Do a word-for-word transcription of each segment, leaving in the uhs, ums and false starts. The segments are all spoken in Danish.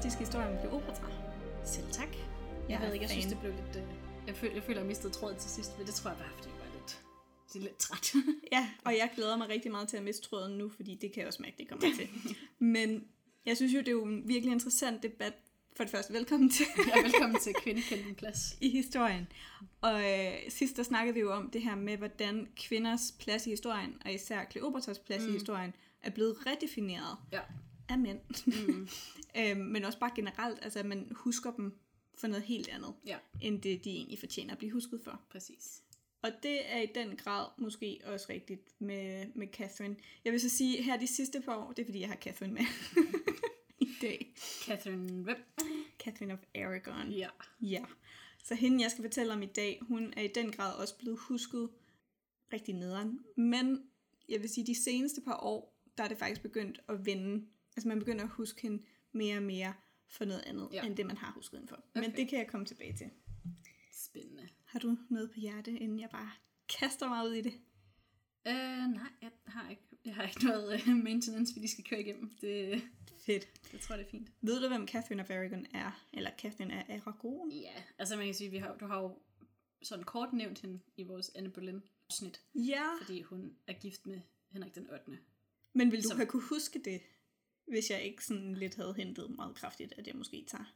fantastiske historie om Kleopatra. Selv tak. Jeg, jeg ved ikke, jeg fan. synes, det blev lidt... Øh, jeg, føler, jeg føler, jeg mistede tråden til sidst, men det tror jeg bare, fordi jeg var lidt, det er lidt træt. Ja, og jeg glæder mig rigtig meget til at miste tråden nu, fordi det kan jeg også mærke, det kommer til. Men jeg synes jo, det er jo en virkelig interessant debat. For det første, velkommen til. Ja, velkommen til Kvinde kendt din plads. I historien. Og øh, sidst der snakkede vi jo om det her med, hvordan kvinders plads i historien, og især Kleopatras plads mm. i historien, er blevet redefineret ja. af mænd. Mm. øhm, men også bare generelt, altså at man husker dem for noget helt andet, ja. end det de egentlig fortjener at blive husket for. Præcis. Og det er i den grad måske også rigtigt med, med Catherine. Jeg vil så sige, her de sidste par år, det er fordi jeg har Catherine med i dag. Catherine hvem? Catherine of Aragon. Ja. Ja. Så hende, jeg skal fortælle om i dag, hun er i den grad også blevet husket rigtig nederen. Men jeg vil sige, de seneste par år, der er det faktisk begyndt at vende. Altså man begynder at huske hende mere og mere for noget andet, ja. end det man har husket hende for. Okay. Men det kan jeg komme tilbage til. Spændende. Har du noget på hjerte, inden jeg bare kaster mig ud i det? Øh, nej, jeg har ikke, jeg har ikke noget uh, maintenance, vi skal køre igennem. Det, Fedt. Jeg tror, det er fint. Ved du, hvem Catherine of Aragon er? Eller Catherine af Aragon? Ja, altså man kan sige, vi har, du har jo sådan kort nævnt hende i vores Anne Boleyn-snit. Ja. Fordi hun er gift med Henrik den ottende. Men ville du Som... have kunne huske det, hvis jeg ikke sådan lidt havde hentet meget kraftigt, at jeg måske tager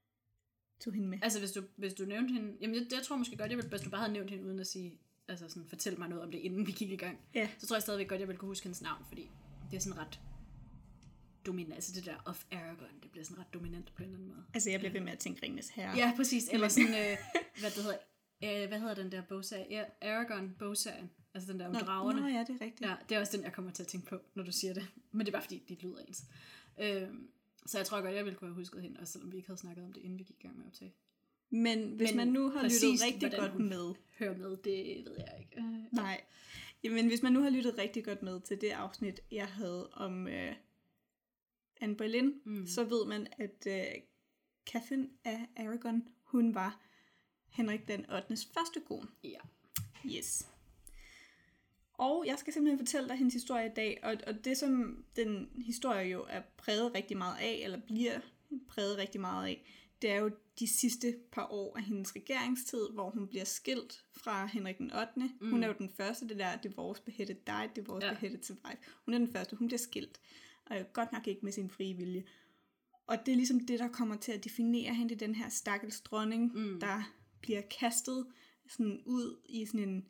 tog hende med? Altså hvis du, hvis du nævnte hende, jamen det, det jeg tror måske godt, jeg ville, hvis du bare havde nævnt hende uden at sige, altså sådan fortæl mig noget om det, inden vi gik i gang. Ja. Så tror jeg stadigvæk godt, jeg ville kunne huske hendes navn, fordi det er sådan ret dominant, altså det der of Aragon, det bliver sådan ret dominant på en eller anden måde. Altså jeg bliver ved med at tænke Ringenes Herre. Ja, præcis, eller sådan, øh, hvad det hedder, øh, hvad hedder den der bogserie? Aragon bogserien, altså den der om nå, dragerne. Nå ja, det er rigtigt. Ja, det er også den, jeg kommer til at tænke på, når du siger det. Men det er bare fordi, det lyder ens. Øh, så jeg tror godt, jeg ville kunne have husket hende, også selvom vi ikke havde snakket om det, inden vi gik i gang med at optage. Men hvis Men man nu har præcis, lyttet rigtig godt med. Hører med, det ved jeg ikke. Øh, Nej. Jamen hvis man nu har lyttet rigtig godt med til det afsnit, jeg havde om øh, Anne Boleyn, mm. så ved man, at øh, Catherine af Aragon, hun var Henrik den ottendes første kone. Ja. Yes. Og jeg skal simpelthen fortælle dig hendes historie i dag, og, og det som den historie jo er præget rigtig meget af, eller bliver præget rigtig meget af, det er jo de sidste par år af hendes regeringstid, hvor hun bliver skilt fra Henrik den ottende. Mm. Hun er jo den første, det der divorce beheaded died, divorce ja. beheaded survive. Hun er den første, hun bliver skilt. Og godt nok ikke med sin frie vilje. Og det er ligesom det, der kommer til at definere hende, den her stakkels dronning, mm. der bliver kastet sådan ud i sådan en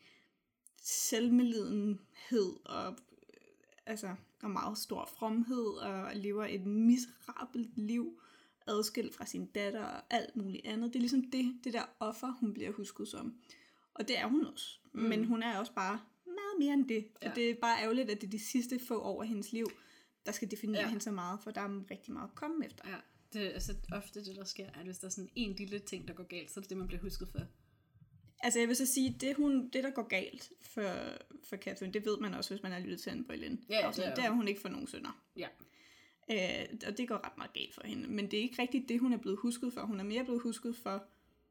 selvmedlidenhed og, altså, og meget stor fromhed, og lever et miserabelt liv, adskilt fra sin datter og alt muligt andet. Det er ligesom det, det der offer, hun bliver husket som. Og det er hun også. Mm. Men hun er også bare meget mere end det. Ja. Og det er bare ærgerligt, at det er de sidste få år af hendes liv, der skal definere ja. hende så meget, for der er rigtig meget at komme efter. Ja, det er altså ofte det, der sker, at hvis der er sådan en lille ting, der går galt, så er det det, man bliver husket for. Altså jeg vil så sige, det, hun, det der går galt for, for Catherine, det ved man også, hvis man har lyttet til Anne Boleyn. Ja, det er, det er hun ikke for nogen sønner. Ja. Øh, og det går ret meget galt for hende. Men det er ikke rigtigt det, hun er blevet husket for. Hun er mere blevet husket for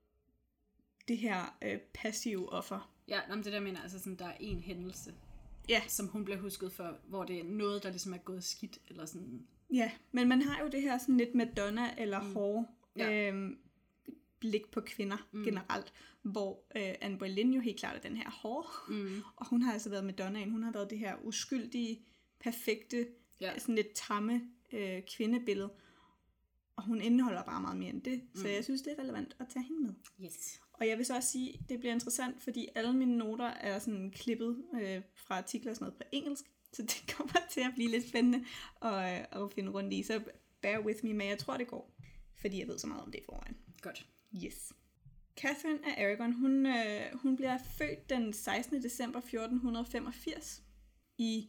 det her øh, passive offer. Ja, men det der mener, altså sådan, der er en hændelse, ja. som hun bliver husket for, hvor det er noget, der ligesom er gået skidt, eller sådan. Ja, men man har jo det her sådan lidt Madonna eller mm. hårde ja. øh, blik på kvinder mm. generelt, hvor øh, Anne Boleyn jo helt klart er den her hårde, mm. og hun har altså været Madonnaen, hun har været det her uskyldige, perfekte, ja. sådan lidt tamme øh, kvindebillede, og hun indeholder bare meget mere end det, mm. så jeg synes, det er relevant at tage hende med. Yes. Og jeg vil så også sige, det bliver interessant, fordi alle mine noter er sådan klippet øh, fra artikler og sådan noget på engelsk, så det kommer til at blive lidt spændende at, at finde rundt i, så bear with me, men jeg tror, det går, fordi jeg ved så meget om det i forvejen. Godt. Yes. Catherine af Aragon, hun, øh, hun bliver født den sekstende december fjorten femogfirs i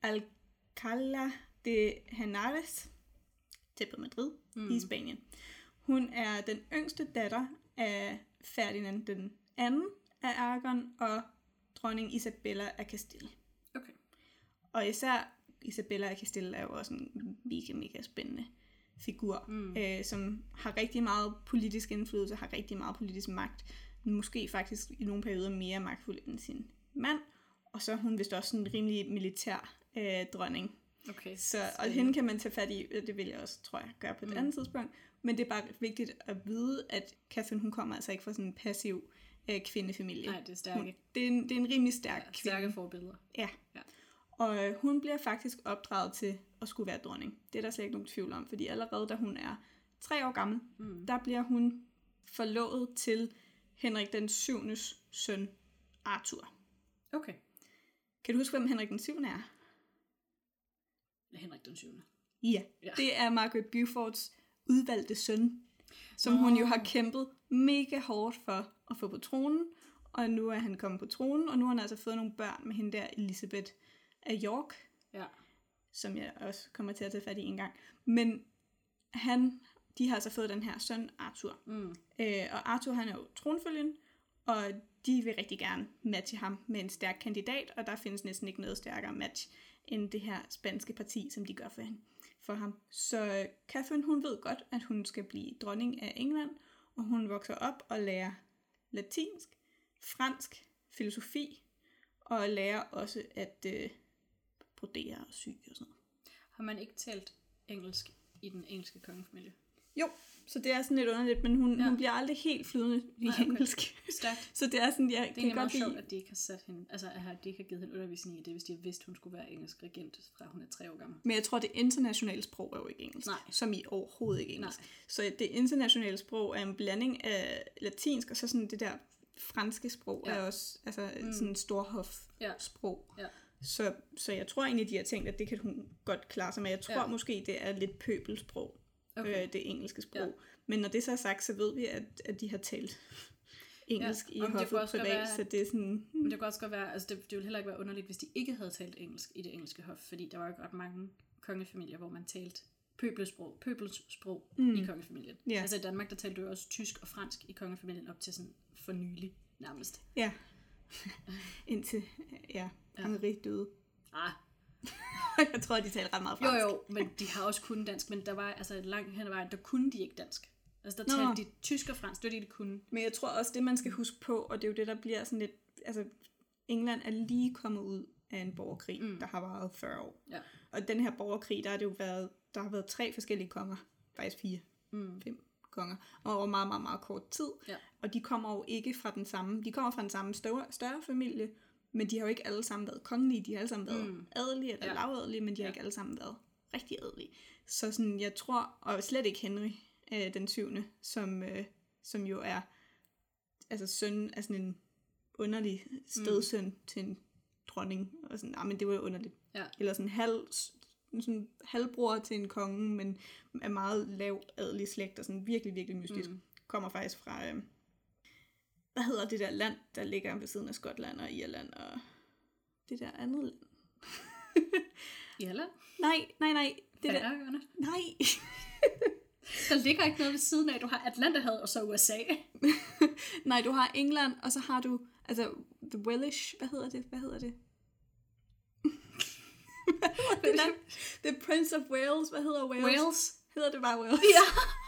Alcalá de Henares, tæt på Madrid, mm. i Spanien. Hun er den yngste datter af Ferdinand den anden af Aragon og dronning Isabella af Castile. Okay. Og især Isabella af Castile er jo også en mega, mega spændende figur, mm. øh, som har rigtig meget politisk indflydelse, har rigtig meget politisk magt, måske faktisk i nogle perioder mere magtfuld end sin mand, og så er hun vist også en rimelig militær øh, dronning. Okay. Så, og hende kan man tage fat i, det vil jeg også, tror jeg, gøre på et mm. andet tidspunkt. Men det er bare vigtigt at vide, at Catherine, hun kommer altså ikke fra sådan en passiv øh, kvindefamilie. Nej, det er stærke. Hun, det, er en, det er en rimelig stærk ja, kvinde. Stærke forbilleder. Ja. ja. Og øh, hun bliver faktisk opdraget til at skulle være dronning. Det er der slet ikke nogen tvivl om, fordi allerede da hun er tre år gammel, mm. der bliver hun forlovet til Henrik den syvendes søn, Arthur. Okay. Kan du huske, hvem Henrik den syvende er? Henrik den syvende. Ja, ja. Det er Margaret Beauforts udvalgte søn, som Nå. hun jo har kæmpet mega hårdt for at få på tronen. Og nu er han kommet på tronen, og nu har han altså fået nogle børn med hende der, Elizabeth af York. Ja. Som jeg også kommer til at tage fat i en gang. Men han, de har altså fået den her søn, Arthur. Mm. Øh, og Arthur, han er jo tronfølgen, og de vil rigtig gerne matche ham med en stærk kandidat, og der findes næsten ikke noget stærkere match end det her spanske parti, som de gør for, hende, for ham. Så Catherine, hun ved godt, at hun skal blive dronning af England, og hun vokser op og lærer latinsk, fransk, filosofi, og lærer også at øh, brodere og sy og sådan noget. Har man ikke talt engelsk i den engelske kongefamilie? Jo, så det er sådan lidt underligt, men hun, ja. hun bliver aldrig helt flydende i Nej, okay. engelsk. Stærkt. Så det er sådan, jeg det er kan godt sjovt, lide... at de ikke har sat hende, altså at de ikke har givet hende undervisning i det, hvis de har vidst, hun skulle være engelsk regent, fra hun er tre år gammel. Men jeg tror, det internationale sprog er jo ikke engelsk. Nej. Som i overhovedet ikke engelsk. Nej. Så det internationale sprog er en blanding af latinsk, og så sådan det der franske sprog ja. er også altså mm. sådan en storhof-sprog. Ja. Ja. Så, så jeg tror egentlig, de har tænkt, at det kan hun godt klare sig med. Jeg tror ja. måske, det er lidt pøbelsprog. Okay. Øh, det engelske sprog. Ja. Men når det så er sagt, så ved vi, at, at de har talt engelsk ja. i hoffet privat, være, så det er sådan... Hmm. Men det kunne også godt være, altså det, det ville heller ikke være underligt, hvis de ikke havde talt engelsk i det engelske hof, fordi der var jo ret mange kongefamilier, hvor man talte pøbelsprog, pøbelsprog mm. i kongefamilien. Yeah. Altså i Danmark, der talte du også tysk og fransk i kongefamilien op til sådan for nylig nærmest. Ja. Indtil, ja, Henri døde. Ah. Jeg tror, de taler ret meget fransk. Jo, jo, men de har også kun dansk, men der var altså langt hen ad vejen, der kunne de ikke dansk. Altså der talte de tysk og fransk, det var det, de kunne. Men jeg tror også, det man skal huske på, og det er jo det, der bliver sådan lidt, altså England er lige kommet ud af en borgerkrig, mm. der har varet fyrre år. Ja. Og den her borgerkrig, der har det jo været, der har været tre forskellige konger, faktisk fire, mm. fem konger, og over meget, meget, meget kort tid. Ja. Og de kommer jo ikke fra den samme, de kommer fra den samme større, større familie, men de har jo ikke alle sammen været kongelige, de har alle sammen været mm. adelige eller ja. lavadelige, men de har ja. ikke alle sammen været rigtig adelige. Så sådan, jeg tror, og slet ikke Henry øh, den syvende, som, øh, som jo er altså søn af sådan en underlig stedsøn mm. til en dronning, og sådan, ah, men det var jo underligt. Ja. Eller sådan halv, sådan halvbror til en konge, men er meget lav adelig slægt, og sådan virkelig, virkelig mystisk. Mm. Kommer faktisk fra... Øh, hvad hedder det der land, der ligger ved siden af Skotland og Irland og det der andet land? Irland? Nej, nej, nej. Det der... Nej. Der ligger ikke noget ved siden af. Du har Atlanterhavet og så U S A. Nej, du har England, og så har du altså The Welsh. Hvad hedder det? Hvad hedder det? Hvad hedder det land? The Prince of Wales. Hvad hedder Wales? Wales. Hedder det bare Wales? Ja.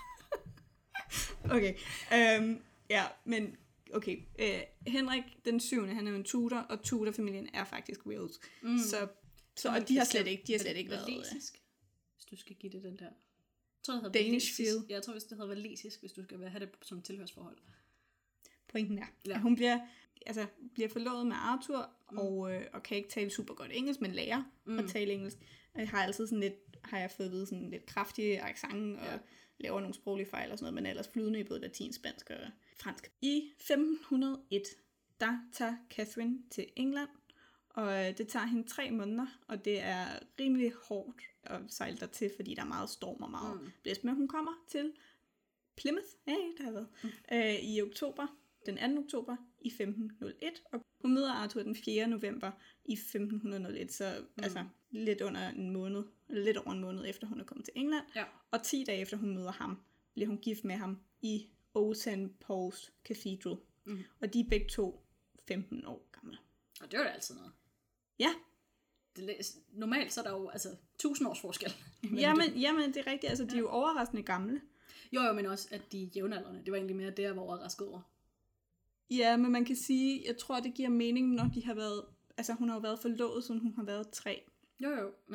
Okay. Um, ja, men okay, øh, Henrik den syvende, han er jo en Tudor, og Tudor-familien er faktisk Wales. Mm. Så, så og de har slet ikke, de har slet ikke været... Walesisk, hvis du skal give det den der... Jeg tror, det hedder Danish feel. Ja, jeg tror, hvis det hedder walesisk, hvis du skal have det som tilhørsforhold. Pointen er, ja. hun bliver, altså, bliver forlovet med Arthur, mm. og, øh, og kan ikke tale super godt engelsk, men lærer mm. at tale engelsk. Og jeg har altid sådan lidt, har jeg fået at vide sådan lidt kraftige accent, og ja. laver nogle sproglige fejl og sådan noget, men ellers flydende i både latin, spansk og fransk. I femten hundrede og en, der tager Catherine til England, og det tager hende tre måneder, og det er rimelig hårdt at sejle dertil, fordi der er meget storm og meget mm. blæst. Men hun kommer til Plymouth, hey, der har været, mm. øh, i oktober, den anden oktober i femten hundrede og en, og hun møder Arthur den fjerde november i femten hundrede og en, så mm. altså lidt under en måned, eller lidt over en måned efter hun er kommet til England, ja. Og ti dage efter hun møder ham, bliver hun gift med ham i Old Saint Paul's Cathedral, mm. og de er begge to femten år gamle. Og det var da altid noget. Ja. Det, normalt så er der jo altså tusind års forskel. Jamen, jamen, det er rigtigt, altså de er jo overraskende gamle. Jo, jo, men også, at de er jævnaldrende. Det var egentlig mere det, jeg var overrasket over. Ja, men man kan sige, jeg tror, det giver mening, når de har været, altså hun har jo været forlovet, siden hun har været tre. Jo, jo, men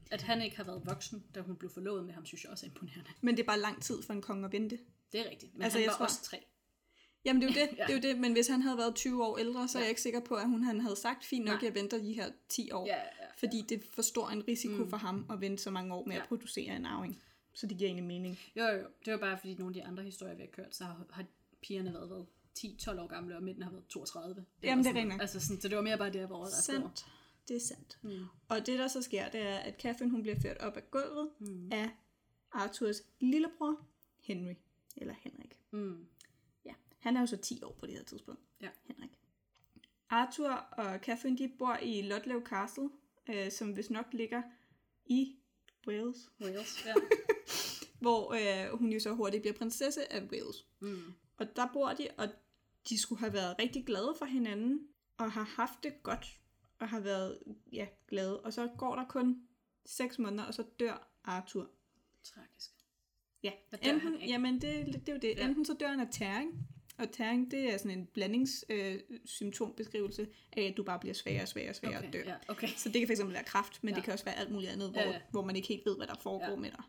At han ikke har været voksen, da hun blev forlovet med ham, synes jeg også er imponerende. Men det er bare lang tid for en konge at vente. Det er rigtigt, men altså, han var tror... også tre. Jamen det er jo det, ja. det er jo det, men hvis han havde været tyve år ældre, så ja. er jeg ikke sikker på, at hun han havde sagt, fint nok, Nej. jeg venter de her ti år. Ja, ja, ja. Fordi det for stor en risiko mm. for ham at vente så mange år med ja. at producere en arving. Så det giver egentlig mening. Jo, jo, det var bare fordi nogle af de andre historier, vi har kørt, så har, har pigerne været, været ti tolv år gamle, og midten har været toogtredive. Det Jamen det er rent. Altså sådan, så det var mere bare det, jeg var overrasket over. Sandt. Det er sandt. Mm. Og det der så sker, det er, at Catherine hun bliver ført op af gulvet mm. af Arthurs lillebror, Henry. Eller Henrik. Mm. Ja, han er jo så ti år på det her tidspunkt. Ja. Henrik. Arthur og Catherine, de bor i Ludlow Castle, øh, som vist nok ligger i Wales. Wales, ja. Hvor øh, hun jo så hurtigt bliver prinsesse af Wales. Mm. Og der bor de, og de skulle have været rigtig glade for hinanden, og har haft det godt, og har været ja, glade. Og så går der kun seks måneder, og så dør Arthur. Tragisk. Ja, enten, jamen det, det er jo det. Ja. Enten så dør han af tæring, og tæring det er sådan en blandingssymptombeskrivelse øh, af, at du bare bliver svagere og svagere og svagere okay, at dø. Ja, okay. Så det kan fx være kræft, men ja. det kan også være alt muligt andet, hvor, ja, ja. hvor man ikke helt ved, hvad der foregår ja. med dig.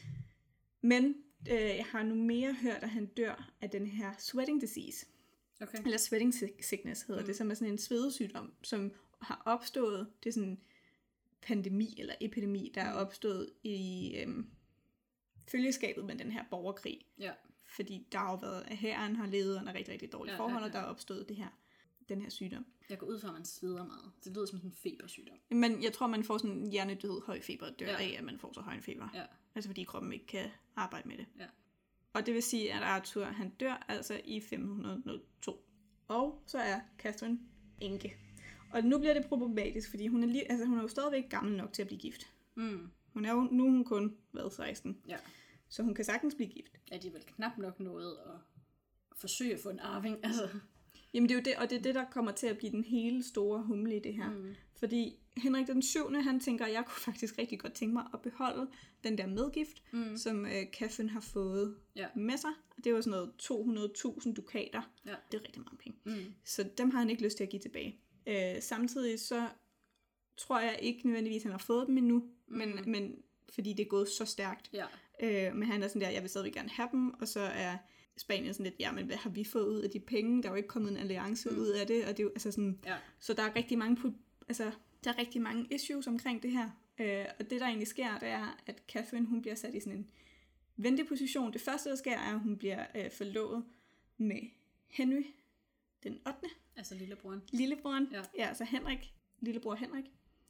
Men øh, jeg har nu mere hørt, at han dør af den her sweating disease. Okay. Eller sweating sickness hedder mm. det, som er sådan en svedesygdom, som har opstået, det er sådan en pandemi eller epidemi, der er opstået i øhm, følgeskabet med den her borgerkrig. Ja. Fordi der har jo været, at hæren har levet under rigtig, rigtig dårlige ja, forhold, ja, ja. og der er opstået det her, den her sygdom. Jeg går ud fra, at man sveder meget. Det lyder som sådan en febersygdom. Men jeg tror, man får sådan en hjernedød, høj feber, og dør ja. af, at man får så høj en feber. Ja. Altså fordi kroppen ikke kan arbejde med det. Ja. Og det vil sige, at Arthur han dør altså i femten hundrede og to. Og så er Catherine enke. Og nu bliver det problematisk, fordi hun er, lige, altså hun er jo stadigvæk gammel nok til at blive gift. Mm. Hun er jo nu er hun kun været seksten. Ja. Så hun kan sagtens blive gift. Er de vel knap nok noget at forsøge at få en arving? Altså. Jamen det er jo det, og det er det, der kommer til at blive den hele store humle i det her. Mm. Fordi Henrik den syvende, han tænker, jeg kunne faktisk rigtig godt tænke mig at beholde den der medgift, mm. som øh, Catherine har fået ja. med sig. Det var sådan noget to hundrede tusind dukater. Ja. Det er rigtig mange penge. Mm. Så dem har han ikke lyst til at give tilbage. Øh, samtidig så tror jeg ikke nødvendigvis, at han har fået dem endnu, mm. men, men fordi det er gået så stærkt. Ja. Øh, men han er sådan der, jeg vil stadigvæk gerne have dem, og så er Spanien sådan lidt, ja, men hvad har vi fået ud af de penge? Der er jo ikke kommet en alliance mm. ud af det, og det er jo, altså sådan, ja. så der er rigtig mange, altså, der er rigtig mange issues omkring det her, øh, og det der egentlig sker, det er, at Catherine, hun bliver sat i sådan en venteposition. Det første, der sker, er, at hun bliver øh, forlovet med Henry den ottende. Altså lillebroren. Lillebroren, ja, ja altså Henrik, lillebror Henrik.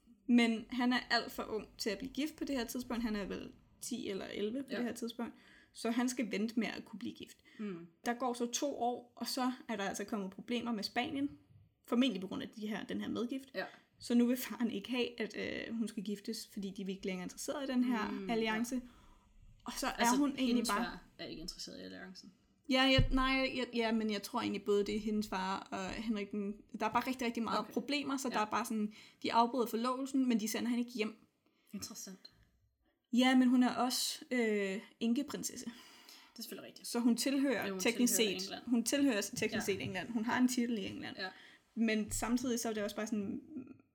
Men han er alt for ung til at blive gift på det her tidspunkt. Han er vel ti eller elleve på ja. det her tidspunkt. Så han skal vente med at kunne blive gift. Mm. Der går så to år, og så er der altså kommet problemer med Spanien. Formentlig på grund af de her, den her medgift. Ja. Så nu vil faren ikke have, at øh, hun skal giftes, fordi de er ikke længere interesseret i den her mm, alliance. Ja. Og så er altså, hun egentlig bare... er ikke interesseret i alliancen. Ja, jeg, nej, jeg, ja, men jeg tror egentlig både det er hendes far og Henrik. Der er bare rigtig, rigtig meget okay. problemer, så ja. der er bare sådan, de afbryder forlovelsen, men de sender hende ikke hjem. Interessant. Ja, men hun er også øh, enkeprinsesse. Det er selvfølgelig rigtigt. Så hun tilhører ja, hun teknisk tilhører set, England. hun tilhører teknisk ja. set England. Hun har en titel i England. Ja. Men samtidig så er det også bare sådan,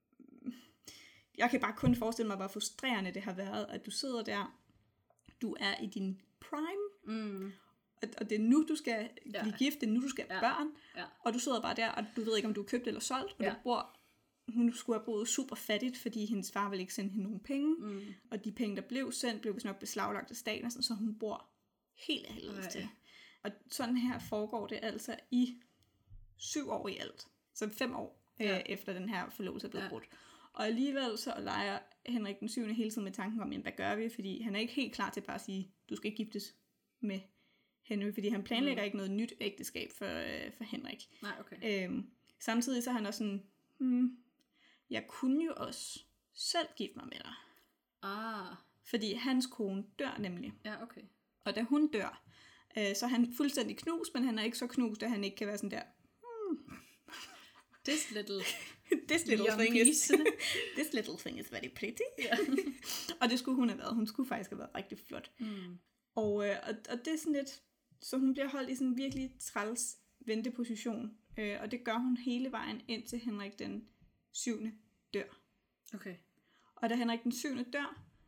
jeg kan bare kun forestille mig, hvor frustrerende det har været, at du sidder der, du er i din prime, mm. og det er nu, du skal ja. blive gift, det er nu, du skal have ja. børn, ja. og du sidder bare der, og du ved ikke, om du er købt eller solgt, og ja. du bor, hun skulle have boet super fattigt, fordi hendes far ville ikke sende hende nogen penge, mm. og de penge, der blev sendt, blev vist nok beslaglagt af staten, så hun bor helt af helvede til. Og sådan her foregår det altså i syv år i alt, så fem år ja. øh, efter den her forlovelse er blevet ja. brudt. Og alligevel så leger Henrik den syvende hele tiden med tanken om, hvad gør vi? Fordi han er ikke helt klar til bare at sige, du skal ikke giftes med Henry, fordi han planlægger mm. ikke noget nyt ægteskab for, øh, for Henrik. Nej, okay. Øhm, samtidig så er han også sådan, hmm, jeg kunne jo også selv gifte mig med dig. Ah. Fordi hans kone dør nemlig. Ja, okay. Og da hun dør, øh, så er han fuldstændig knust, men han er ikke så knust, at han ikke kan være sådan der, hmm. This little, this little thing is this little thing is very pretty. Yeah. Og det skulle hun have været. Hun skulle faktisk have været rigtig flot. Mm. Og, øh, og, og det er sådan lidt, så hun bliver holdt i sådan en virkelig træls venteposition. Øh, og det gør hun hele vejen ind til Henrik den syvende dør. Okay. Og da Henrik den syvende dør,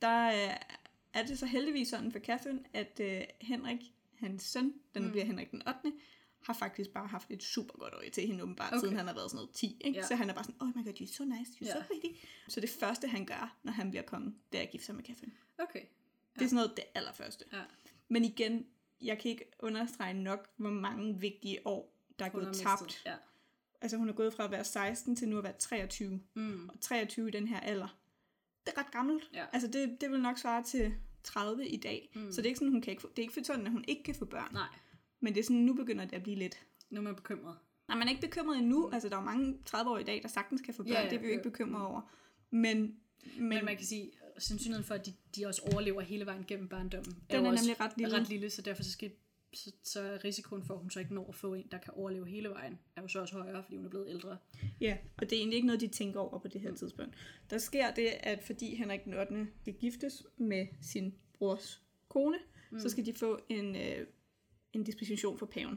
der øh, er det så heldigvis sådan for Catherine, at øh, Henrik, hans søn, der nu mm. bliver Henrik den ottende, har faktisk bare haft et super godt øje til hende åbenbart, okay. siden han har været sådan noget ti. Ikke? Ja. Så han er bare sådan, oh my god, you're so nice, you're ja. so pretty. Så det første, han gør, når han bliver konge, det er at gifte sig med Catherine. Okay. Ja. Det er sådan noget det allerførste. Ja. Men igen, jeg kan ikke understrege nok, hvor mange vigtige år, der er hun gået tabt. Ja. Altså hun er gået fra at være seksten til nu at være treogtyve. Mm. Og treogtyve i den her alder, det er ret gammelt. Ja. Altså det, det vil nok svare til tredive i dag. Mm. Så det er ikke sådan, hun kan ikke få, det er ikke sådan, at hun ikke kan få børn. Nej. Men det er sådan, nu begynder det at blive lidt. Nu er man bekymret. Nej, man er ikke bekymret endnu. Altså der er mange tredive-årige i dag, der sagtens kan få børn. Ja, ja, det er vi jo ikke bekymret over. Men, men, men man kan sige, sandsynligheden for, at de, de også overlever hele vejen gennem barndommen, er den er, er nemlig ret lille. ret lille, så derfor så, skal, så, så er risikoen for, at hun så ikke når at få en, der kan overleve hele vejen, er jo så også højere, fordi hun er blevet ældre. Ja, og det er egentlig ikke noget, de tænker over på det her mm. tidspunkt. Der sker det, at fordi Henrik den ottende skal giftes med sin brors kone, mm. så skal de få en, øh, en disposition for paven.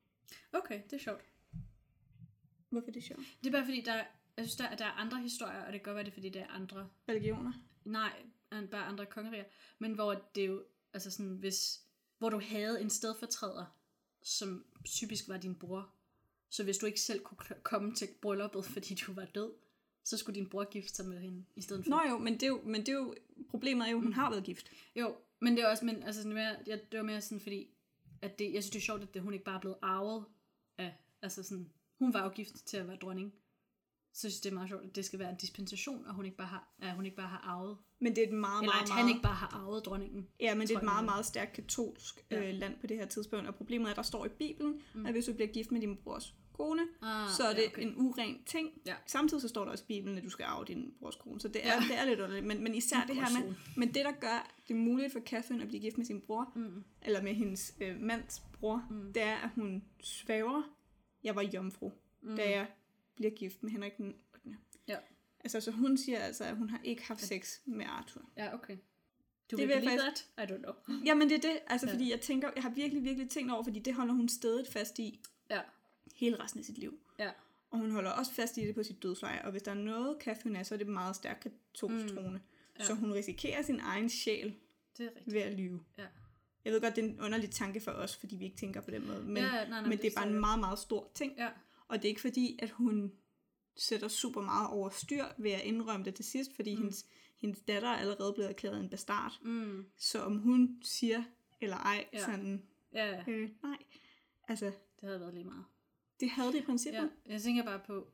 Okay, det er sjovt. Hvorfor er det sjovt? Det er bare fordi, der, jeg synes, der, der er andre historier, og det kan godt være, det er fordi, det er andre... religioner? Nej, bare andre kongeriger. Men hvor det jo, altså sådan, hvis... Hvor du havde en stedfortræder, som typisk var din bror. Så hvis du ikke selv kunne komme til brylluppet, fordi du var død, så skulle din bror gifte sig med hende i stedet for. Nå jo, men det er jo, men det er jo problemet er jo, at hun har været gift. Jo, men det er også, men, altså, det, mere, jeg, det var mere sådan, fordi at det, jeg synes, det er sjovt, at det, hun ikke bare er blevet arvet af, altså sådan, hun var jo gift til at være dronning. Så synes det er meget sjovt, at det skal være en dispensation, og hun ikke bare har, at hun ikke bare har arvet. Men det er et meget, Eller meget, at han meget... ikke bare har arvet dronningen. Ja, men det er et meget, meget stærkt katolsk ja. øh, land på det her tidspunkt. Og problemet er, at der står i Bibelen, mm. at hvis du bliver gift med din brors kone, ah, så er det ja, okay. en uren ting. Ja. Samtidig så står der også i Bibelen, at du skal arve din brors kone. Så det er, ja. det er lidt underligt. Men, men især det her med, men det der gør det muligt for Catherine at blive gift med sin bror, mm. eller med hendes øh, mands bror, mm. det er, at hun svæver, jeg var jomfru, mm. da jeg bliver gift med Henrik den ottende. Ja. Altså, så hun siger altså, at hun har ikke haft sex med Arthur. Ja, okay. Du vil believe that? I don't know. Jamen, det er det. Altså, ja. fordi jeg tænker, jeg har virkelig, virkelig tænkt over, fordi det holder hun stedet fast i. Ja. Hele resten af sit liv. Ja. Og hun holder også fast i det på sit dødsleje. Og hvis der er noget, Catherine er, så er det meget stærkt katolsk mm. troende. Ja. Så hun risikerer sin egen sjæl det er ved at lyve. Ja. Jeg ved godt, det er en underlig tanke for os, fordi vi ikke tænker på den måde. Men, ja, nej, nej, men det, det er bare en meget, meget stor ting. Ja. Og det er ikke fordi, at hun sætter super meget over styr ved at indrømme det til sidst, fordi mm. hendes, hendes datter er allerede blevet erklæret en bastard. Mm. Så om hun siger eller ej, ja. sådan, ja. Øh, nej. Altså, det havde været lige meget. Det havde det i princippet. Ja. Jeg tænker bare på,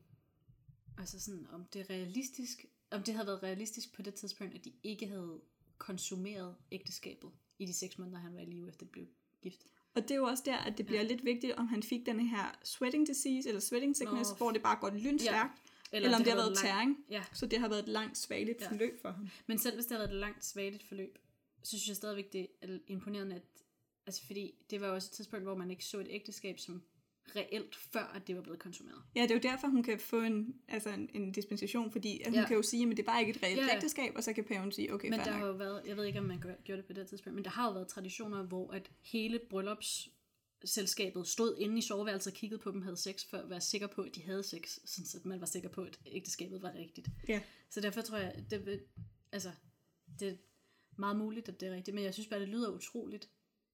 altså sådan, om det er realistisk, om det havde været realistisk på det tidspunkt, at de ikke havde konsumeret ægteskabet i de seks måneder, han var i live, efter det blev gift. Og det er jo også der, at det bliver ja. lidt vigtigt, om han fik den her sweating disease, eller sweating sickness, Nå, hvor det bare går lynstærkt, ja. eller, eller om det, det har været tæring. Ja. Så det har været et langt, svageligt ja. forløb for ham. Men selv hvis det har været et langt, svageligt forløb, så synes jeg stadigvæk, det er imponerende, at, altså fordi det var også et tidspunkt, hvor man ikke så et ægteskab som reelt, før at det var blevet konsumeret. Ja, det er jo derfor, hun kan få en, altså en, en dispensation, fordi at hun ja. kan jo sige, at det er bare ikke et reelt ja. ægteskab, og så kan paven sige, okay, men der har jo været, jeg ved ikke, om man gør, gjorde det på det tidspunkt, men der har jo været traditioner, hvor at hele bryllupsselskabet stod inde i soveværelset og kiggede på dem, havde sex, for at være sikker på, at de havde sex, så man var sikker på, at ægteskabet var rigtigt. Ja. Så derfor tror jeg, det vil, altså, det er meget muligt, at det er rigtigt, men jeg synes bare, det lyder utroligt,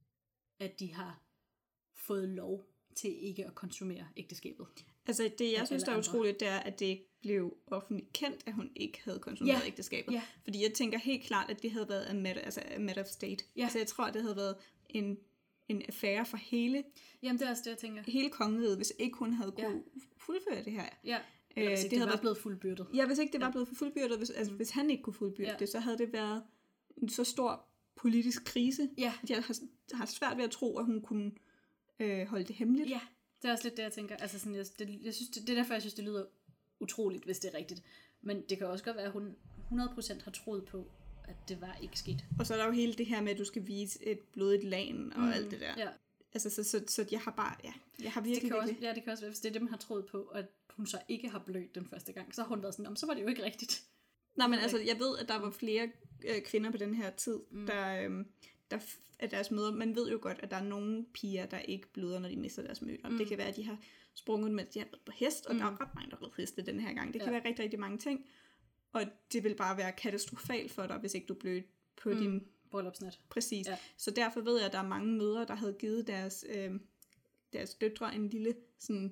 at de har fået lov til ikke at konsumere ægteskabet. Altså det, jeg synes, der er utroligt, det er, at det ikke blev offentligt kendt, at hun ikke havde konsumeret yeah. ægteskabet. Yeah. Fordi jeg tænker helt klart, at det havde været a matter, altså a matter of state. Yeah. Altså jeg tror, at det havde været en, en affære for hele, Jamen, det er også det, jeg tænker. hele kongeriget, hvis ikke hun havde kunne yeah. fuldføre det her. Ja, øh, hvis ikke det, det havde var været blevet fuldbyrdet. Ja, hvis ikke det var ja. blevet fuldbyrdet, hvis, altså hvis han ikke kunne fuldbyrde ja. det, så havde det været en så stor politisk krise, ja. at jeg har, har svært ved at tro, at hun kunne øh, holde det hemmeligt. Ja. Det er også lidt det, jeg tænker. Altså sådan, jeg, det, jeg synes, det, det er derfor, jeg synes, det lyder utroligt, hvis det er rigtigt. Men det kan også godt være, at hun hundrede procent har troet på, at det var ikke sket. Og så er der jo hele det her med, at du skal vise et blodigt lagen og mm, alt det der. Ja. Altså, så, så, så jeg har bare, ja, jeg har virkelig, det kan virkelig... Også, ja, det kan også være, hvis det er det, man har troet på, at hun så ikke har blødt den første gang, så har hun været sådan, så var det jo ikke rigtigt. Nej, men altså, jeg ved, at der var flere øh, kvinder på den her tid, mm. der... Øh, der af deres mødre. Man ved jo godt, at der er nogle piger, der ikke bløder, når de mister deres mødre. Mm. Det kan være, at de har sprunget med, at de har været på hest, og mm. der er ret mange, der har været heste den her gang. Det kan ja. være rigtig, rigtig mange ting. Og det vil bare være katastrofalt for dig, hvis ikke du blød på mm. din... bryllupsnat. Præcis. Ja. Så derfor ved jeg, at der er mange mødre, der havde givet deres, øh, deres døtre en lille sådan...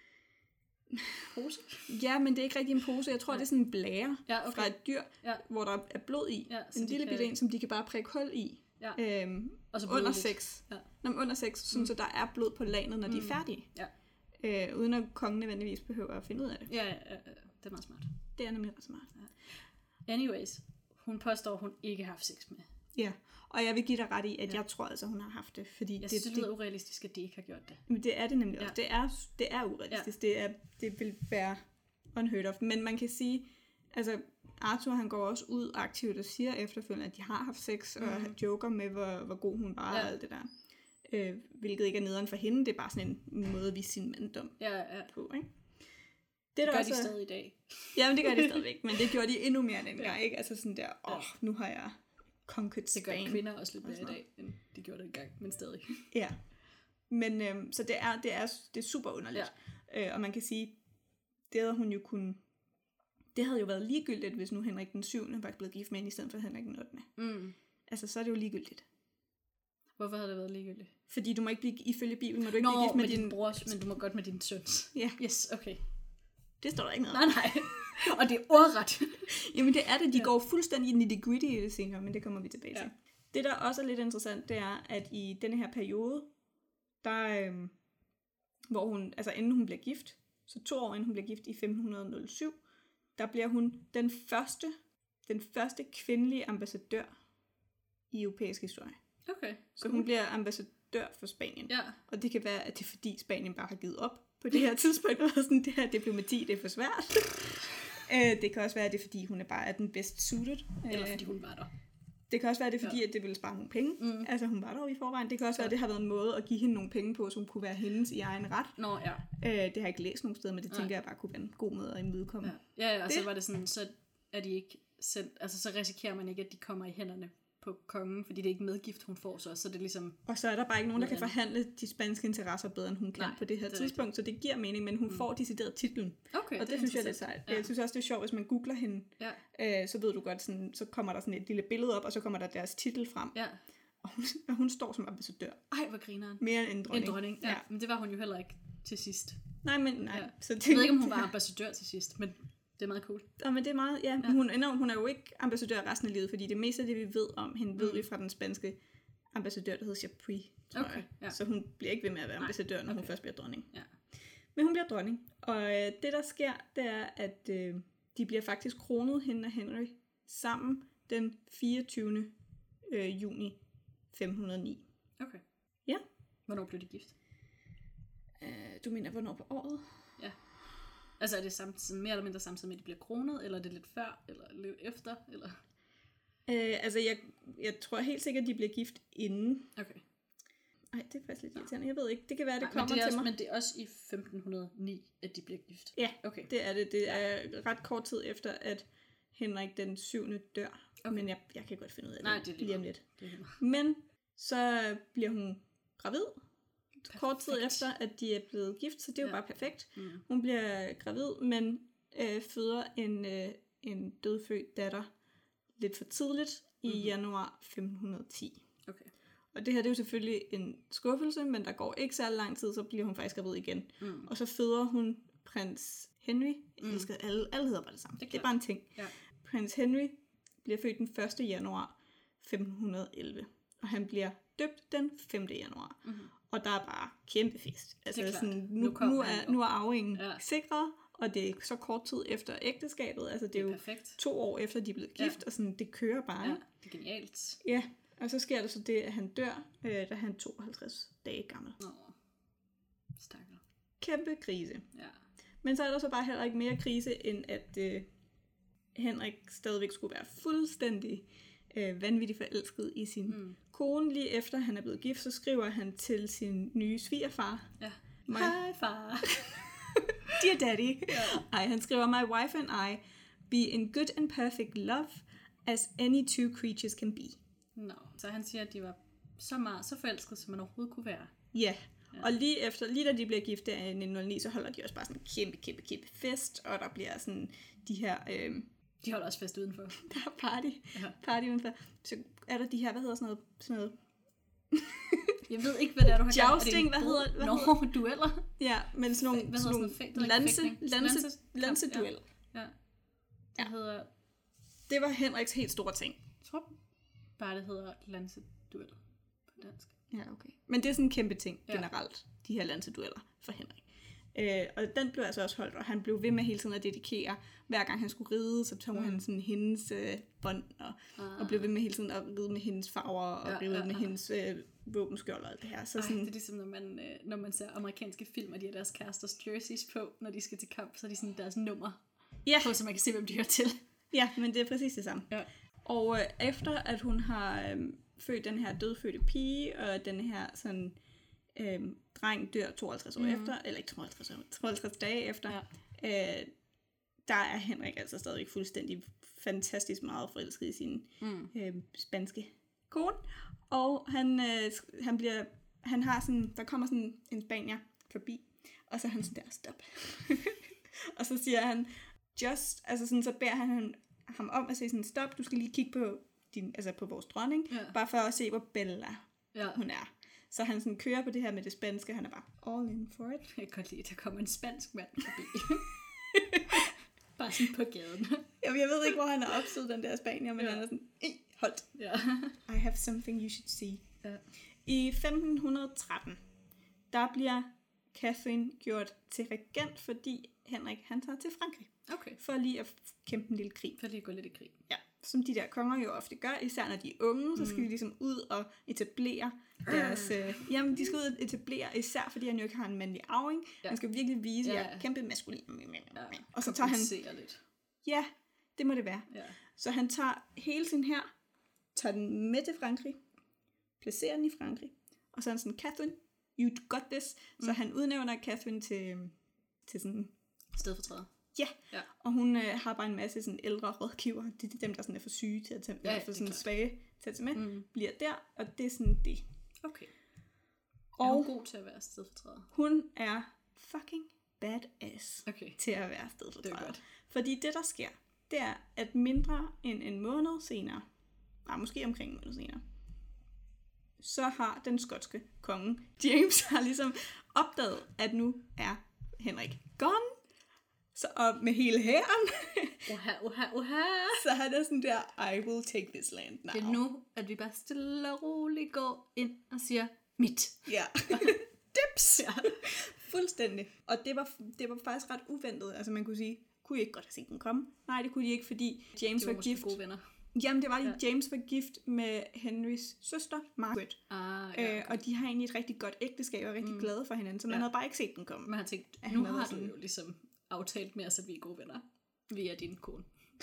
pose? Ja, men det er ikke rigtig en pose. Jeg tror, ja. det er sådan en blære ja, okay. fra et dyr, ja. hvor der er blod i. Ja, en lille kan... bitte en, som de kan bare prikke hul i. Ja. Øhm, og så under sex. Ja. Nå, under sex, sådan, mm. så der er blod på lagenet, når mm. de er færdige. Ja. Øh, uden at kongen nødvendigvis behøver at finde ud af det. Ja, ja, ja, det er meget smart. Det er nemlig ret smart. Ja. Anyways, hun påstår, hun ikke har haft sex med. Ja, og jeg vil give dig ret i, at ja. jeg tror altså, hun har haft det. Fordi jeg det, synes, det lyder urealistisk, at de ikke har gjort det. Men det er det nemlig også. Ja. Det, er, det er urealistisk. Ja. Det, er, det vil være unheard of. Men man kan sige, altså Arthur han går også ud aktivt og siger efterfølgende, at de har haft sex, mm. og joker med, hvor, hvor god hun var ja. og alt det der. Øh, hvilket ikke er nederen for hende, det er bare sådan en måde at vise sin manddom ja, ja. på, ikke? Det, det gør også, de stadig i dag. Jamen det gør de stadigvæk, men det gjorde de endnu mere dengang, ja. ikke? Altså sådan der, åh, oh, nu har jeg conquered Spain. Det gør kvinder også lidt mere i dag, end de gjorde det engang, men stadig. Ja, men øhm, så det er, det, er, det er super underligt. Ja. Øh, og man kan sige, det havde hun jo kunne, det havde jo været ligegyldigt, hvis nu Henrik den syvende var blevet gift med hende, i stedet for Henrik den ottende. Mm. Altså, så er det jo ligegyldigt. Hvorfor havde det været ligegyldigt? Fordi du må ikke blive, ifølge Bibelen, må du ikke Nå, blive gift med, med din, din brors, men du må godt med din søns. Ja. Yes, okay. Det står der ikke noget. Nej, nej. Og det er ordret. Jamen det er det, de ja. går fuldstændig nitty-gritty i det senere, men det kommer vi tilbage til. Ja. Det der også er lidt interessant, det er, at i denne her periode, der, øhm, hvor hun, altså inden hun bliver gift, så to år inden hun bliver gift i femten nul syv, der bliver hun den første, den første kvindelige ambassadør i europæisk historie. Okay. Cool. Så hun bliver ambassadør for Spanien. Ja. Og det kan være, at det er fordi Spanien bare har givet op på det her tidspunkt, og sådan, det her diplomati, det er for svært. øh, det kan også være, at det er fordi, hun er bare er den best suited. Eller fordi hun var der. Det kan også være, at det er fordi, ja. at det ville spare nogle penge. Mm. Altså hun var der i forvejen. Det kan også ja. være, at det har været en måde at give hende nogle penge på, som kunne være hendes i egen ret. Nå, ja. Øh, det har jeg ikke læst nogen steder, men det tænker Nej. jeg bare kunne være en god måde at imødekomme. Ja, ja, ja og det. Så var det sådan, så er de ikke sendt, altså så risikerer man ikke, at de kommer i hænderne på kongen, fordi det er ikke medgift, hun får så, så det er ligesom... Og så er der bare ikke nogen, der kan forhandle de spanske interesser bedre, end hun kan Nej, på det her det tidspunkt, rigtigt. Så det giver mening, men hun mm. får decideret titlen. Okay, og det, det synes jeg er lidt sejt. Ja. Jeg synes også, det er sjovt, hvis man googler hende, ja. øh, så ved du godt, sådan, så kommer der sådan et lille billede op, og så kommer der deres titel frem. Ja. Og hun, og hun står som ambassadør. Ej, hvor grineren. Mere end en dronning. En dronning, ja. ja. Men det var hun jo heller ikke til sidst. Nej, men nej. Ja. Så det, jeg ved ikke, om hun var ambassadør til sidst, men... Det er meget cool. Ja, men det er meget, ja. ja. Hun, hun er jo ikke ambassadør resten af livet, fordi det meste af det, vi ved om hende, mm. ved vi fra den spanske ambassadør, der hedder Chapri, tror okay, jeg. Ja. Så hun bliver ikke ved med at være ambassadør, når okay. hun først bliver dronning. Ja. Men hun bliver dronning. Og øh, det, der sker, det er, at øh, de bliver faktisk kronet, hende og Henry, sammen den fireogtyvende Øh, juni femten nul ni. Okay. Ja. Hvornår blev de gift? Øh, du mener, hvornår på året? Ja. Altså er det samtidig, mere eller mindre samtidig med, at de bliver kronet, eller er det lidt før, eller lidt efter, eller? Øh, altså jeg, jeg tror helt sikkert, at de bliver gift inden. Okay. Ej, det er faktisk lidt irriterende. Jeg ved ikke, det kan være, det Nej, kommer det til også, mig. Men det er også i femten nul ni, at de bliver gift. Ja, okay. Det er det. Det er ret kort tid efter, at Henrik den syvende dør. Okay. Men jeg, jeg kan godt finde ud af det, Nej, det lige om lidt. Det men så bliver hun gravid. Perfekt. Kort tid efter, at de er blevet gift, så det er jo ja. bare perfekt. Mm. Hun bliver gravid, men øh, føder en, øh, en dødfødt datter lidt for tidligt i mm-hmm. januar femten ti. Okay. Og det her det er jo selvfølgelig en skuffelse, men der går ikke særlig lang tid, så bliver hun faktisk gravid igen. Mm. Og så føder hun prins Henry. Jeg mm. elsker, alle, alle hedder bare det samme. Det er, det er bare en ting. Ja. Prins Henry bliver født den første januar femten elleve, og han bliver døbt den femte januar. Mm-hmm. Og der er bare kæmpe fest. Altså sådan, nu, nu, nu, er, nu er arvingen ja. sikret, og det er så kort tid efter ægteskabet. Altså det er, det er jo perfekt. to år efter, de er blevet gift, ja. og sådan, det kører bare. Ja, det er genialt. Ja, og så sker der så det, at han dør, øh, da han er tooghalvtreds dage gammel. Åh, stakkel. Kæmpe krise. Ja. Men så er der så bare heller ikke mere krise, end at øh, Henrik stadigvæk skulle være fuldstændig øh, vanvittigt forelsket i sin mm. kone. Lige efter han er blevet gift, så skriver han til sin nye svigerfar. Ja. Hej far. Dear daddy. Ja. Ej, han skriver, my wife and I be in good and perfect love as any two creatures can be. No. Så han siger, at de var så meget, så forelsket, som man overhovedet kunne være. Ja. Ja. Og lige efter, lige da de bliver gift der i nitten nul ni, så holder de også bare sådan en kæmpe, kæmpe, kæmpe fest, og der bliver sådan de her øh, De holder også fest udenfor. Der er party. Ja. Party udenfor. Så er der de her, hvad hedder sådan noget? Sådan noget jeg ved ikke, hvad det er, du har gang. Jousting, hvad hedder det? Nå, no, dueller. Ja, men sådan nogle, hvad sådan nogle sådan noget lanse, lanse, lanse, lanse-duel. Ja. ja. Det ja. hedder... Det var Henriks helt store ting. Jeg tror bare, det hedder lanse-duel på dansk. Ja, okay. Men det er sådan en kæmpe ting ja. generelt, de her lanse-dueller for Henrik. Øh, og den blev altså også holdt, og han blev ved med hele tiden at dedikere, hver gang han skulle ride, så tog mm. han sådan hendes øh, bånd, og, ah. og blev ved med hele tiden at ride med hendes farver, og ja, ride ja, med ja. hendes øh, våbenskjold og alt det her. Så Ej, sådan, det er ligesom, når man, øh, når man ser amerikanske film, og de har deres kæresters jerseys på, når de skal til kamp, så er de sådan deres nummer ja. på, så man kan se, hvem de hører til. Ja, men det er præcis det samme. Ja. Og øh, efter at hun har øh, født den her dødfødte pige, og den her sådan... Øhm, dreng dør tooghalvtreds år mm. efter, eller ikke tooghalvtreds, tooghalvtreds dage efter, ja. øh, der er Henrik altså stadig fuldstændig fantastisk meget forelsket i sin mm. øh, spanske kone, og han, øh, han bliver, han har sådan, der kommer sådan en spanier forbi, og så er han sådan der, stop. Og så siger han, just, altså sådan, så beder han ham om at sige sådan, stop, du skal lige kigge på, din, altså på vores dronning, ja. Bare for at se, hvor bella ja. Hun er. Så han sådan kører på det her med det spanske, han er bare all in for it. Jeg kan godt lide, at der kommer en spansk mand forbi. Bare sådan på gaden. Jamen, jeg ved ikke, hvor han har opstået den der spanier, men ja. Han er sådan, holdt. Ja. I have something you should see. Ja. I femten tretten, der bliver Catherine gjort til regent, fordi Henrik, han tager til Frankrig. Okay. For lige at kæmpe en lille krig. For lige at gå lidt i krig. Ja, som de der konger jo ofte gør, især når de er unge, så skal mm. de ligesom ud og etablere deres... Øh, jamen, de skal ud og etablere, især fordi han jo ikke har en mandlig arving. Ja. Han skal virkelig vise, at ja. Jeg er kæmpe maskulin. Ja. Og så tager han... lidt. Ja, det må det være. Ja. Så han tager hele sin her, tager den med til Frankrig, placerer den i Frankrig, og så er han sådan, Catherine, you got this. Mm. Så han udnævner Catherine til, til sådan... stedfortræder. Ja. ja, og hun øh, har bare en masse sådan ældre rådgiver. Det er dem, der sådan er for syge til at tage, ja, for sådan svage til at tage med, mm. bliver der, og det er sådan det. Okay. Og er hun god til at være stedfortræder? Hun er fucking badass okay. til at være stedfortræder. Det er godt. Fordi det, der sker, det er, at mindre end en måned senere, nej, måske omkring en måned senere, så har den skotske konge, James, har ligesom opdaget, at nu er Henrik gone. Så op med hele hæren. Oha, oha, oha. Så han er sådan der, I will take this land now. Det er nu, at vi bare stille og roligt går ind og siger, mit. Ja. Dips. Ja. Fuldstændig. Og det var, det var faktisk ret uventet. Altså man kunne sige, kunne I ikke godt have set den komme? Nej, det kunne de ikke, fordi James var, var gift. Gode venner. Jamen, det var lige, ja. James var gift med Henrys søster, Margaret. Ah, ja, okay. øh, og de har egentlig et rigtig godt ægteskab og er rigtig mm. glade for hinanden, så man ja. Havde bare ikke set den komme. Man har tænkt, nu har sådan... du jo ligesom aftalt med os, at vi er gode venner. Vi er din kone.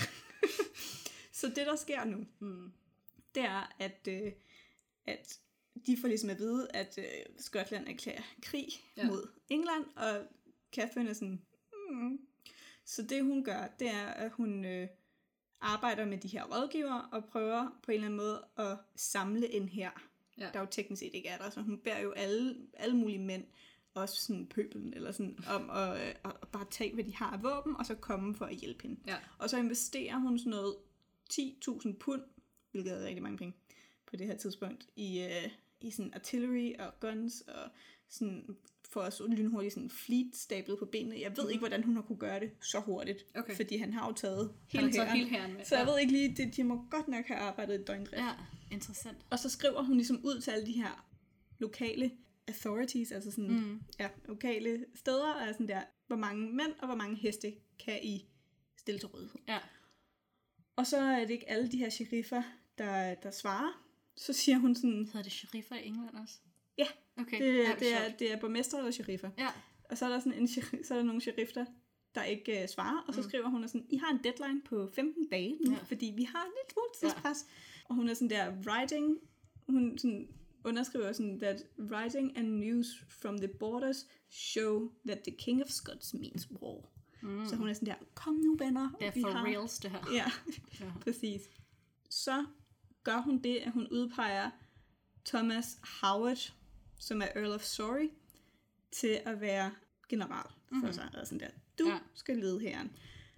Så det, der sker nu, mm. det er, at, øh, at de får ligesom at vide, at øh, Skotland erklærer krig ja. Mod England, og Catherine er sådan, mm. Så det hun gør, det er, at hun øh, arbejder med de her rådgivere, og prøver på en eller anden måde at samle en hær, ja. Der jo teknisk set ikke er der, så hun bærer jo alle, alle mulige mænd, også sådan pøbelen, eller sådan, om at, øh, at bare tage, hvad de har af våben, og så komme for at hjælpe hende. Ja. Og så investerer hun sådan noget ti tusind pund, hvilket er rigtig mange penge på det her tidspunkt, i, øh, i sådan artillery og guns, og sådan for os lynhurtigt sådan fleet stablet på benene. Jeg ved mm. ikke, hvordan hun har kunne gøre det så hurtigt, okay. fordi han har jo taget hele hæren med. Så jeg ja. Ved ikke lige, det, de må godt nok have arbejdet i døgndrift. Ja, interessant. Og så skriver hun ligesom ud til alle de her lokale authorities, altså sådan, mm. ja, lokale steder, og sådan der, hvor mange mænd og hvor mange heste kan I stille til rådighed. Ja. Og så er det ikke alle de her sheriffer, der, der svarer. Så siger hun sådan... Hedder det sheriffer i England også? Ja, okay. det, ja, det, er, det er borgmestre og sheriffer. Ja. Og så er der sådan en, så er der nogle sheriffer, der ikke uh, svarer, og så mm. skriver hun sådan, I har en deadline på femten dage nu, ja. Fordi vi har en lille smule tidspres. Ja. Og hun er sådan der, writing, hun sådan underskriver sådan, that writing and news from the borders show that the King of Scots means war. Mm. Så hun er sådan der, kom nu venner. Det er for har... reals det her. Ja, ja, præcis. Så gør hun det, at hun udpeger Thomas Howard, som er Earl of Surrey, til at være general for mm-hmm. sig. Eller sådan der. Du ja. Skal lede hæren.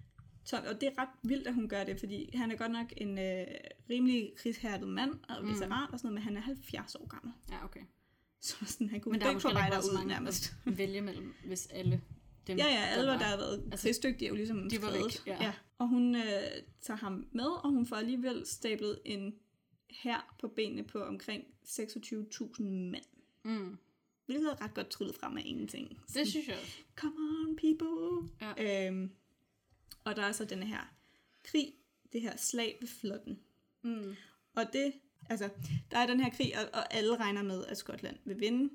Så, og det er ret vildt, at hun gør det, fordi han er godt nok en øh, rimelig krigshærdet mand og veteran mm. og sådan noget, men han er halvfjerds år gammel. Ja, okay. Så sådan, han kunne ikke få vej derud nærmest. At vælge mellem, hvis alle dem, ja, ja, alle, der, der har været altså, krigsdygtige, er jo ligesom de var væk, ja. ja. Og hun øh, tager ham med, og hun får alligevel stablet en hær på benene på omkring seksogtyve tusind mænd. Mm. Hvilket er ret godt tryllet frem af ingenting. Det synes jeg også. Come on, people! Ja. Øhm, og der er så den her krig, det her slag ved floden. Mm. Og det, altså, der er den her krig, og, og alle regner med, at Skotland vil vinde.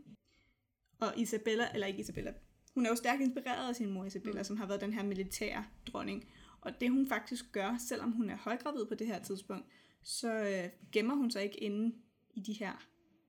Og Isabella, eller ikke Isabella, hun er jo stærkt inspireret af sin mor Isabella, mm. som har været den her militære dronning. Og det hun faktisk gør, selvom hun er højgravid på det her tidspunkt, så øh, gemmer hun sig ikke inde i de her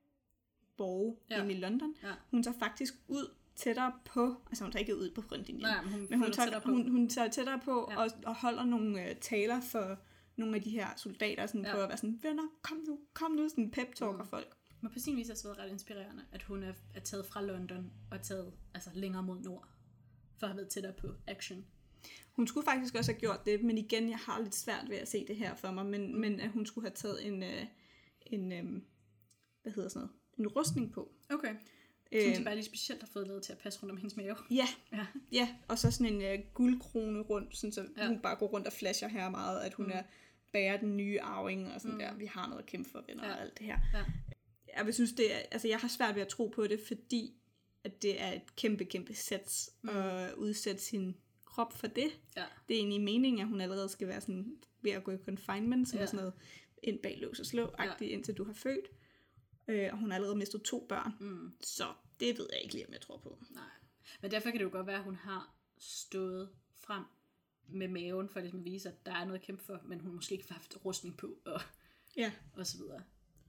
borge ja. inde i London. Ja. Hun tager faktisk ud tættere på, altså hun tager ikke ud på frontlinjen, Nej, men hun, men hun tager, hun, hun tager tættere på ja. og, og holder nogle øh, taler for nogle af de her soldater, sådan ja. på at være sådan, venner, kom nu, kom nu, sådan pep-talker mm. folk. Men på sin vis har det været ret inspirerende, at hun er, er taget fra London og taget altså, længere mod nord, for at have været tættere på action. Hun skulle faktisk også have gjort det, men igen, jeg har lidt svært ved at se det her for mig, men, mm. men at hun skulle have taget en, øh, en øh, hvad hedder sådan noget, en rustning på. Okay. Som øh, de bare lige specielt har fået lavet til at passe rundt om hendes mave. Ja, ja. ja. Og så sådan en uh, guldkrone rundt, sådan, så ja. hun bare går rundt og flasher her meget, at hun mm. er bærer den nye arving, og sådan mm. der, vi har noget at kæmpe for, venner, ja. og alt det her. Ja. Jeg vil synes, det er, altså jeg har svært ved at tro på det, fordi at det er et kæmpe, kæmpe sæt mm. at udsætte sin krop for det. Ja. Det er egentlig meningen, at hun allerede skal være sådan ved at gå i confinement, som ja. er sådan noget ind bag lås og slå-agtigt, ja. indtil du har født. Øh, og hun har allerede mistet to børn. Mm. Så det ved jeg ikke lige, om jeg tror på. Nej. Men derfor kan det jo godt være, at hun har stået frem med maven, for ligesom at vise, at der er noget at kæmpe for, men hun måske ikke har haft rustning på, og, ja. og så videre.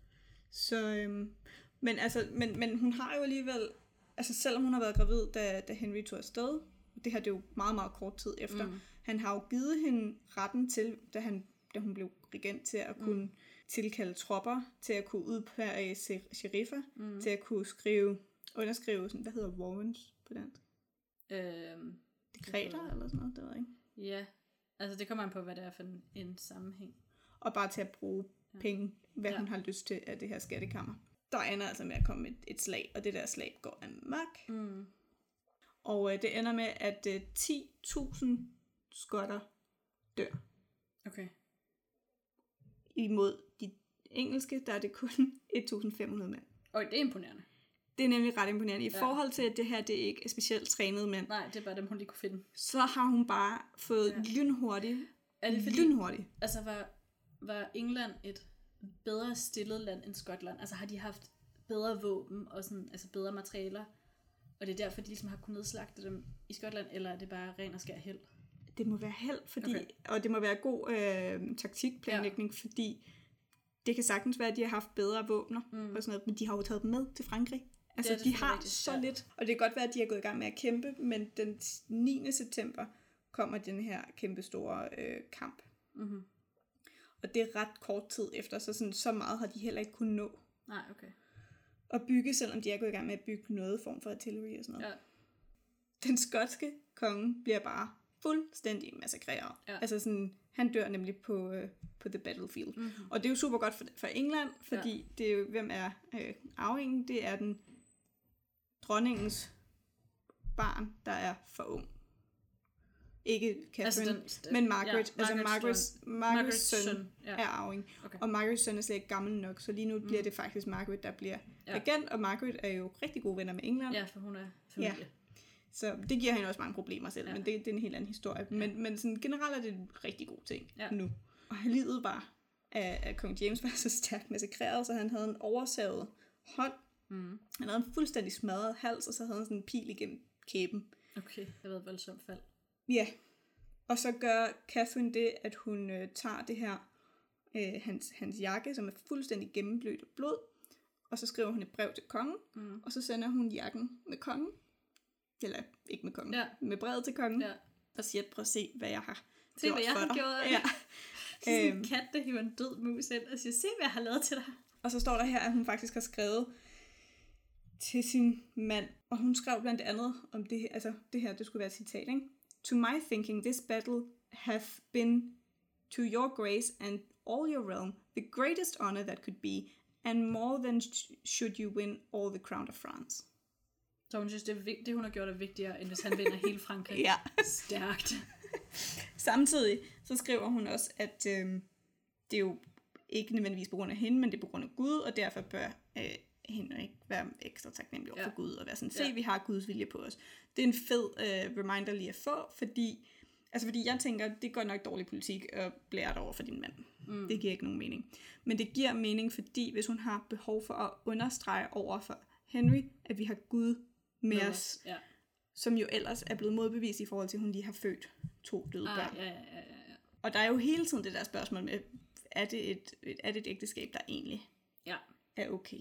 Så, øhm, men, altså, men, men hun har jo alligevel, altså selvom hun har været gravid, da, da Henry tog afsted, det her det er jo meget, meget kort tid efter, mm. han har jo givet hende retten til, da, han, da hun blev regent, til at kunne mm. tilkalde tropper, til at kunne udpege sheriffer, mm. til at kunne skrive, underskrive, sådan, hvad hedder warrants på dansk? Øhm, Dekreter eller sådan noget, det ved jeg ikke. Ja, altså det kommer an på, hvad det er for en, en sammenhæng. Og bare til at bruge ja. penge, hvad ja. hun har lyst til af det her skattekammer. Der ender altså med at komme et, et slag, og det der slag går amok. Mm. Og øh, det ender med, at øh, ti tusind skotter dør. Okay. Imod de engelske, der er det kun et tusind fem hundrede mænd. Og det er imponerende. Det er nemlig ret imponerende. I ja. forhold til, at det her det ikke er specielt trænede mænd. Nej, det er bare dem, hun lige kunne finde. Så har hun bare fået ja. lynhurtigt. Er det fordi, lynhurtigt. Altså var, var England et bedre stillet land end Skotland? Altså har de haft bedre våben og sådan, altså bedre materialer? Og det er derfor, de ligesom har kunnet nedslagte dem i Skotland? Eller er det bare ren og skær held? Det må være held, fordi, okay. og det må være god øh, taktikplanlægning, ja. fordi det kan sagtens være, at de har haft bedre våbner mm. og sådan noget, men de har jo taget dem med til Frankrig. Altså, det det, de har rigtigt. så ja. lidt. Og det kan godt være, at de er gået i gang med at kæmpe, men den niende september kommer den her kæmpe store øh, kamp. Mm-hmm. Og det er ret kort tid efter, så sådan, så meget har de heller ikke kunnet nå. Nej, okay. At bygge, selvom de er gået i gang med at bygge noget form for artilleri og sådan noget. Ja. Den skotske konge bliver bare fuldstændig massakreret. Ja. Altså sådan, han dør nemlig på, øh, på the battlefield. Mm-hmm. Og det er jo super godt for, for England, fordi ja. det er jo, hvem er øh, arvingen? Det er den dronningens barn, der er for ung. Ikke Catherine, altså den, men Margaret. Ja, altså Margarets, Margarets søn, søn ja. er arving. Okay. Og Margarets søn er slet ikke gammel nok, så lige nu mm. bliver det faktisk Margaret, der bliver ja. regent. Og Margaret er jo rigtig gode venner med England. Ja, for hun er familie. Ja. Så det giver hende også mange problemer selv, ja. men det, det er en helt anden historie. Ja. Men, men sådan, generelt er det en rigtig god ting ja. nu. Og livet var af, af kong James var så stærkt massakreret, så han havde en oversavet hånd. Mm. Han havde en fuldstændig smadret hals, og så havde han sådan en pil igennem kæben. Okay, det har været et voldsomt fald. Ja, og så gør Catherine det, at hun øh, tager det her, øh, hans, hans jakke, som er fuldstændig gennemblødt af blod, og så skriver hun et brev til kongen, mm. og så sender hun jakken med kongen, eller ikke med kongen, ja. med brevet til kongen, ja. og siger, prøv at se, hvad jeg har se, gjort hvad jeg for har dig. Gjort. Ja. Sådan en kat, der hiver en død mus ind, og siger, se, hvad jeg har lavet til dig. Og så står der her, at hun faktisk har skrevet til sin mand, og hun skrev blandt andet om det her, altså det her, det skulle være et citat, ikke? To my thinking, this battle hath been to your grace and all your realm the greatest honor that could be, and more than sh- should you win all the crown of France. Så hun synes, det, er vigt- det hun har gjort er vigtigere, end hvis han vinder hele Frankrig. Ja. Stærkt. Samtidig så skriver hun også, at øh, det er jo ikke nødvendigvis på grund af hende, men det er på grund af Gud, og derfor bør øh, hende ikke være ekstra taknemmelig over for ja. Gud, og være sådan, se, ja. vi har Guds vilje på os. Det er en fed øh, reminder lige at få, fordi, altså fordi jeg tænker, det går nok dårlig politik at blære det over for din mand. Mm. Det giver ikke nogen mening. Men det giver mening, fordi hvis hun har behov for at understrege over for Henry, at vi har Gud med os, os ja. som jo ellers er blevet modbevist i forhold til, at hun lige har født to døde ah, børn. Ja, ja, ja, ja. Og der er jo hele tiden det der spørgsmål med, er det et, er det et ægteskab, der egentlig ja. er okay?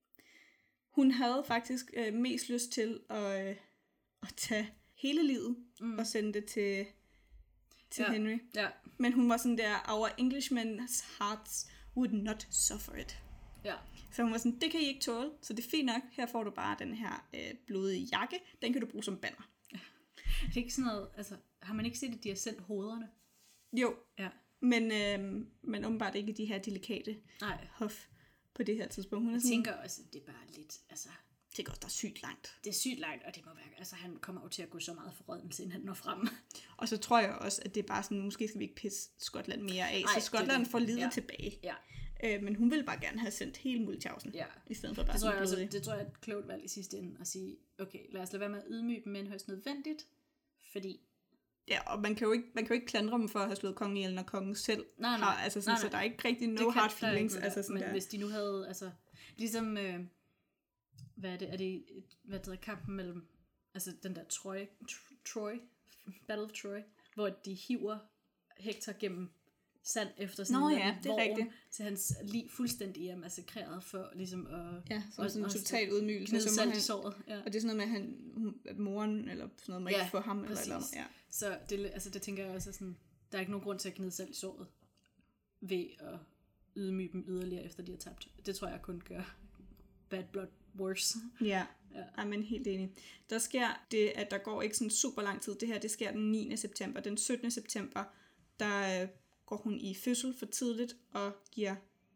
Hun havde faktisk øh, mest lyst til at, øh, at tage hele livet mm. og sende det til, til ja. Henry. Ja. Men hun var sådan der, our Englishmen's hearts would not suffer it. Ja. Så hun var sådan, det kan I ikke tåle, så det er fint nok. Her får du bare den her øh, blodige jakke. Den kan du bruge som banner. Ja. Det er ikke sådan noget, altså, har man ikke set, at de har sendt hovederne? Jo, ja. men, øh, men åbenbart ikke de her delikate Nej. hof på det her tidspunkt. Hun er jeg sådan, tænker også, at det er bare lidt, altså... Det er godt, der er sygt langt. Det er sygt langt, og det må være, altså han kommer jo til at gå så meget forrådnelse, inden han når frem. Og så tror jeg også, at det er bare sådan, måske skal vi ikke pisse Skotland mere af, Ej, så Skotland får livet ja. tilbage. Ja. Øh, men hun ville bare gerne have sendt hele Multiausen, ja. i stedet for bare det tror, jeg også, det tror jeg er et klogt valg i sidste ende, at sige, okay, lad os lade være med at ydmyge dem, men højst nødvendigt, fordi... Ja, og man kan jo ikke, man kan jo ikke klandre dem for at have slået kongen ihjel, når kongen selv nej, nej. har, altså sådan, nej, nej. så der er ikke rigtig no hard feelings. Altså sådan men der. Hvis de nu havde, altså, ligesom, øh, hvad er det, er det, hvad hedder kampen mellem, altså den der Troy, Troy, Battle of Troy, hvor de hiver Hector gennem sand efter sin Nå, ja, det er rigtigt. Så hans lig fuldstændig er massakreret for ligesom at... Ja, som sådan en total udmygelse. Så salt i såret. Ja. Og det er sådan noget med, at, han, hun, at moren eller sådan noget må ja, ikke få ham. Præcis. Eller eller ja. Så det, altså, det tænker jeg også sådan, der er ikke nogen grund til at gnide salt i såret ved at ydmyge dem yderligere efter de har tabt. Det tror jeg kun gør bad blood worse. Ja, ja. Men helt enig. Der sker det, at der går ikke sådan super lang tid. Det her, det sker den niende september. Den syttende september, der går hun i fødsel for tidligt og giver,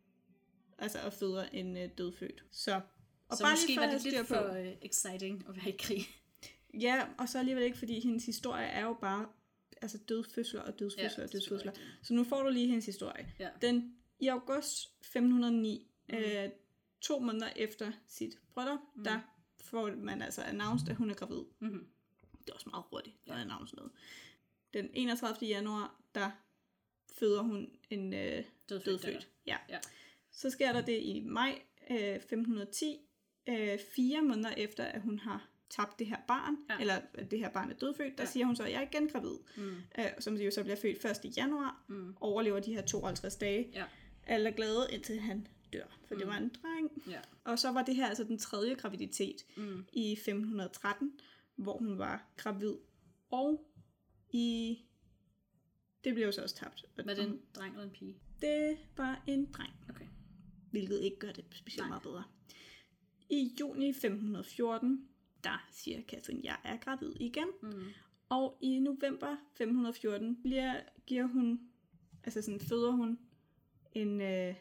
altså og føder en øh, dødfødt. Så, og så bare måske lige var det lidt på, for uh, exciting at være i krig. Ja, og så alligevel ikke, fordi hendes historie er jo bare altså dødfødsler og dødsfødsler ja, og dødsfødsler. Så nu får du lige hendes historie. Ja. Den i august femten hundrede og ni, mm. øh, to måneder efter sit bryllup, mm. der får man altså announced, at hun er gravid. Mm-hmm. Det er også meget hurtigt, der er announced noget. Den enogtredivte januar, der føder hun en øh, dødfødt. dødfødt. Ja. Ja. Så sker der det i maj øh, femten hundrede og ti, øh, fire måneder efter, at hun har tabt det her barn, ja. eller at det her barn er dødfødt, der ja. siger hun så, at jeg er igen gravid. Mm. Øh, som jo så bliver født første januar, mm. overlever de her tooghalvtreds dage. Ja. Alle er glade, indtil han dør, for mm. det var en dreng. Ja. Og så var det her altså den tredje graviditet mm. i femten hundrede og tretten, hvor hun var gravid. Og i... Det blev jo så også tabt. Var det en dreng eller en pige? Det var en dreng. Okay. Hvilket ikke gør det specielt Nej. meget bedre. I juni femten hundrede og fjorten, der siger Catherine, jeg er gravid igen. Mm. Og i november femten hundrede og fjorten bliver, giver hun, altså sådan føder hun en, øh,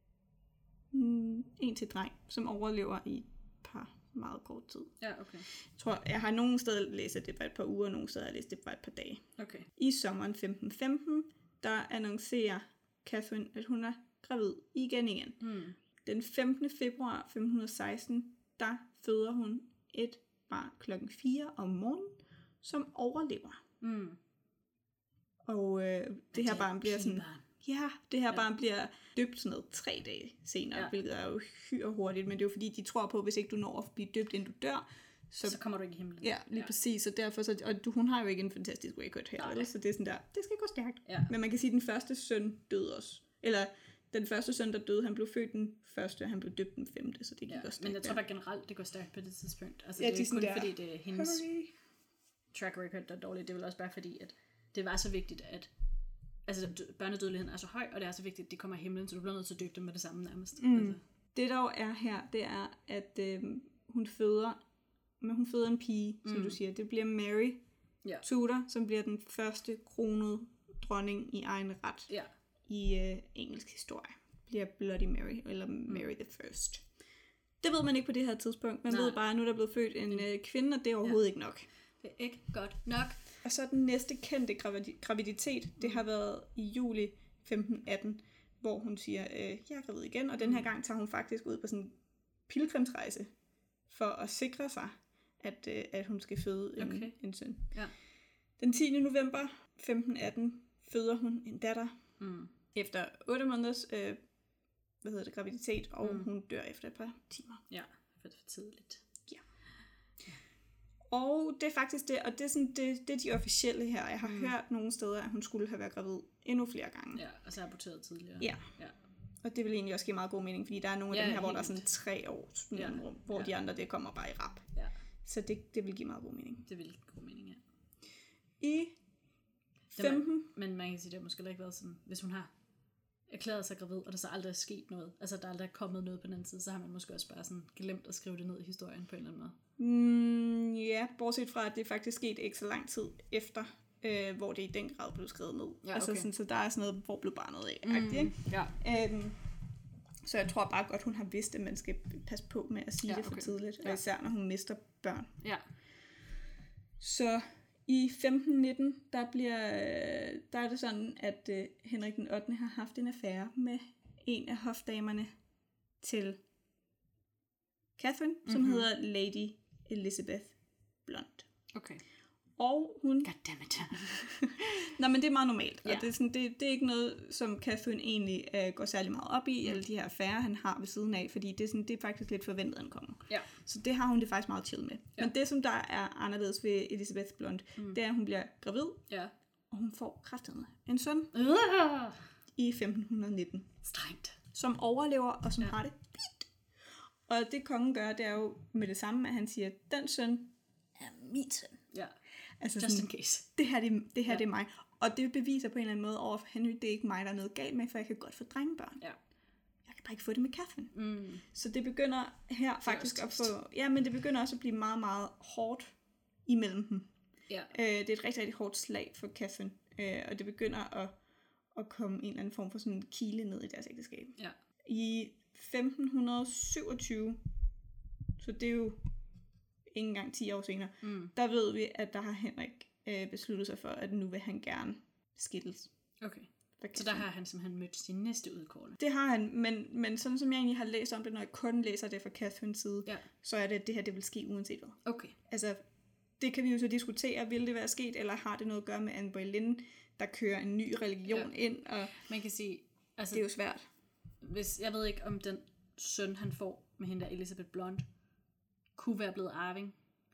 en til dreng, som overlever i et par meget kort tid. Ja, okay. Jeg tror, jeg har nogle steder læst, at det var et par uger, og nogle steder har jeg læst, at det var et par dage. Okay. I sommeren femten femten, der annoncerer Catherine, at hun er gravid igen igen. Mm. Den femtende februar femten hundrede og seksten, der føder hun et barn klokken fire om morgenen, som overlever. Mm. Og øh, det, det her barn bliver sådan... Barn. Ja, det her ja. barn bliver døbt sådan noget tre dage senere, ja. hvilket er jo hyre hurtigt, men det er jo fordi, de tror på, hvis ikke du når at blive døbt, inden du dør, så, så kommer du ikke i himlen. Ja, lige ja. præcis, og derfor så, og du, hun har jo ikke en fantastisk record her, eller? Så det er sådan der, det skal gå stærkt. Ja. Men man kan sige, at den første søn døde også. Eller den første søn, der døde, han blev født den første, og han blev døbt den femte, så det gik ja, også stærkt. Men jeg tror bare generelt, det går stærkt på det tidspunkt. Altså, ja, det er de kun der, fordi, det er hendes hurry. track record, der er dårligt. Det er vel også bare fordi, at det var så vigtigt, at altså, børnedødeligheden er så høj, og det er så vigtigt, at de kommer i himlen, så du bliver nødt til at døbe dem med det samme nærmest. Mm. Altså. Det der er her, det er, at øh, hun føder, men hun føder en pige, mm. som du siger. Det bliver Mary, ja. Tudor, som bliver den første kronede dronning i egen ret ja. i øh, engelsk historie. Bliver Bloody Mary, eller Mary the First. Det ved man ikke på det her tidspunkt. Man Nej. ved bare, at nu er der blevet født en øh, kvinde, og det er overhovedet ja. ikke nok. Det er ikke godt nok. Og så den næste kendte graviditet, det har været i juli femten atten, hvor hun siger, øh, jeg er gravid igen, og den her gang tager hun faktisk ud på sådan en pilgrimsrejse, for at sikre sig, at, øh, at hun skal føde en, okay. en søn. Ja. Den tiende november femten atten føder hun en datter, mm. efter otte måneders øh, hvad hedder det, graviditet, og mm. hun dør efter et par timer. Ja, for det er for tidligt. Ja. Og det er faktisk det, og det er, sådan, det, det er de officielle her. Jeg har mm. hørt nogle steder, at hun skulle have været gravid endnu flere gange. Ja, og så aborteret tidligere. Ja. ja. Og det vil egentlig også give meget god mening, fordi der er nogle af ja, dem her, hvor der er sådan tre år, ja. hvor ja. de andre, det kommer bare i rap. Ja. Så det, det vil give meget god mening. Det vil give god mening, ja. I femten... Var, men man kan sige, det har måske ikke været sådan, hvis hun har erklæret sig gravid, og der så aldrig er sket noget, altså der aldrig er kommet noget på den anden side, så har man måske også bare sådan glemt at skrive det ned i historien på en eller anden måde. Mm, ja, bortset fra, at det faktisk skete ikke så lang tid efter, øh, hvor det i den grad blev skrevet ned. Ja, okay. Altså sådan, så der er sådan noget, hvor blev barnet af, mm, ikke? Ja. Øhm, så jeg tror bare godt, hun har vidst, at man skal passe på med at sige ja, det for okay. tidligt, ja. og især når hun mister børn. Ja. Så i femten nitten, der, bliver, der er det sådan, at uh, Henrik den ottende har haft en affære med en af hofdamerne til Catherine, mm-hmm. som hedder Lady Elizabeth Blunt. Okay. Og hun... Goddammit. Nå, men det er meget normalt. Ja. Og det er, sådan, det, det er ikke noget, som Catherine egentlig uh, går særlig meget op i, mm. eller de her affærer, han har ved siden af, fordi det er, sådan, det er faktisk lidt forventet af en konge. Ja. Så det har hun det faktisk meget chill med. Ja. Men det, som der er anderledes ved Elizabeth Blunt, mm. det er, at hun bliver gravid, ja. og hun får kræftedeme en søn uh. i femten nitten. Strengt. Som overlever, og som ja. har det fint. Og det kongen gør, det er jo med det samme, at han siger, den søn er min søn. Ja. Altså just sådan, in case. Det her, det, det, her ja. det er mig. Og det beviser på en eller anden måde over for Henry, det er ikke mig, der er noget galt med, for jeg kan godt få drengebørn. Ja. Jeg kan bare ikke få det med Catherine. Mm. Så det begynder her faktisk at få... Ja, men det begynder også at blive meget, meget hårdt imellem dem. Ja. Øh, det er et rigtig, rigtig hårdt slag for Catherine. Øh, og det begynder at, at komme en eller anden form for sådan en kile ned i deres ægteskab. Ja. I femten syvogtyve, så det er jo ikke engang ti år senere, mm. der ved vi, at der har Henrik øh, besluttet sig for, at nu vil han gerne skilles. Okay. Så der har han simpelthen mødt sin næste udkårne. Det har han, men, men sådan som jeg egentlig har læst om det, når jeg kun læser det fra Catherines side, ja. så er det, at det her det vil ske uanset hvad. Okay. Altså, det kan vi jo så diskutere, vil det være sket, eller har det noget at gøre med Anne Boleyn, der kører en ny religion ja. ind, og man kan sige, altså, det er jo svært. Hvis, jeg ved ikke, om den søn, han får med hende der Elizabeth Blunt, kunne være blevet arving.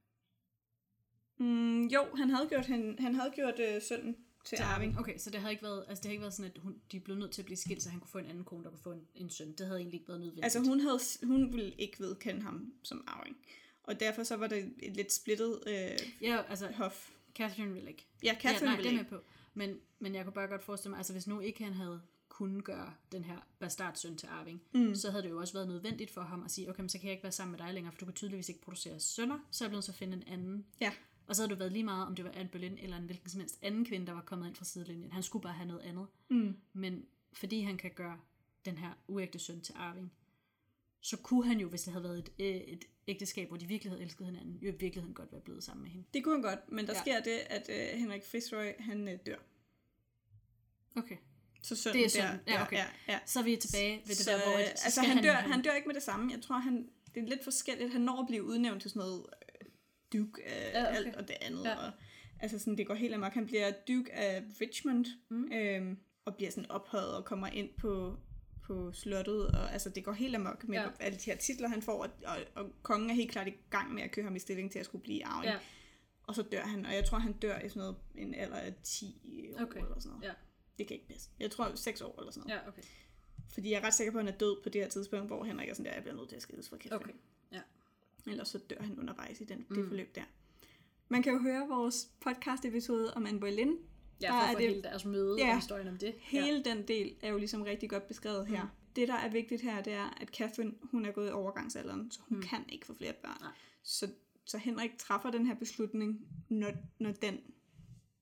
Mm, jo, han havde gjort, han, han havde gjort øh, sønnen til, til arving. Okay, så det havde ikke været, altså det havde ikke været sådan, at hun, de blev nødt til at blive skilt, så han kunne få en anden kone, der kunne få en, en søn. Det havde egentlig ikke været nødvendigt. Altså hun, havde, hun ville ikke vedkende ham som arving. Og derfor så var det et lidt splittet øh, ja, altså, hof. Catherine ville ikke. Ja, Catherine ja, nej, ville ikke. På. Men, men jeg kunne bare godt forestille mig, altså hvis nu ikke han havde kunnet gøre den her bastardsøn til arving, mm. så havde det jo også været nødvendigt for ham at sige, okay, men så kan jeg ikke være sammen med dig længere, for du kan tydeligvis ikke producere sønner, så er jeg blevet så at finde en anden. Ja. Og så havde det været lige meget, om det var Anne Boleyn eller en hvilken som helst anden kvinde, der var kommet ind fra sidelinjen. Han skulle bare have noget andet. Mm. Men fordi han kan gøre den her uægte søn til arving, så kunne han jo, hvis det havde været et, et ægteskab, hvor de virkelig havde elsket hinanden, jo i virkeligheden godt være blevet sammen med hende. Det kunne han godt, men der ja. sker det, at uh, Henrik Fitzroy, han uh, dør. Okay. Så sønnen det er sønnen. Der, ja, okay. ja, ja. Så er vi tilbage ved det så, der, hvor... Så altså han, han, dør, han dør ikke med det samme. Jeg tror, han, det er lidt forskelligt. Han når at blive udnævnt til sådan noget øh, duke af ja, okay. alt og det andet. Ja. Og, altså sådan, det går helt amok. Han bliver duke af Richmond, mm. øhm, og bliver sådan ophøjet og kommer ind på, på slottet. Og altså, det går helt amok med ja. alle de her titler, han får. Og, og, og kongen er helt klart i gang med at køre ham i stilling til at skulle blive arving. Ja. Og så dør han, og jeg tror, han dør i sådan noget, en alder af ti år okay. eller sådan noget. Ja. Det kan ikke passe. Jeg tror seks år eller sådan noget. Ja, okay. Fordi jeg er ret sikker på, at han er død på det her tidspunkt, hvor Henrik er sådan der, jeg bliver nødt til at skilles fra Catherine. Okay, ja. Ellers så dør han undervejs i den, mm. det forløb der. Man kan jo høre vores podcast-episode om Anne Boleyn. Ja, for at få hele deres møde ja, og historien om det. Hele ja. den del er jo ligesom rigtig godt beskrevet her. Mm. Det, der er vigtigt her, det er, at Catherine, hun er gået i overgangsalderen, så hun mm. kan ikke få flere børn. Så, så Henrik træffer den her beslutning, når, når den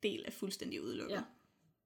del er fuldstændig udelukket. Ja.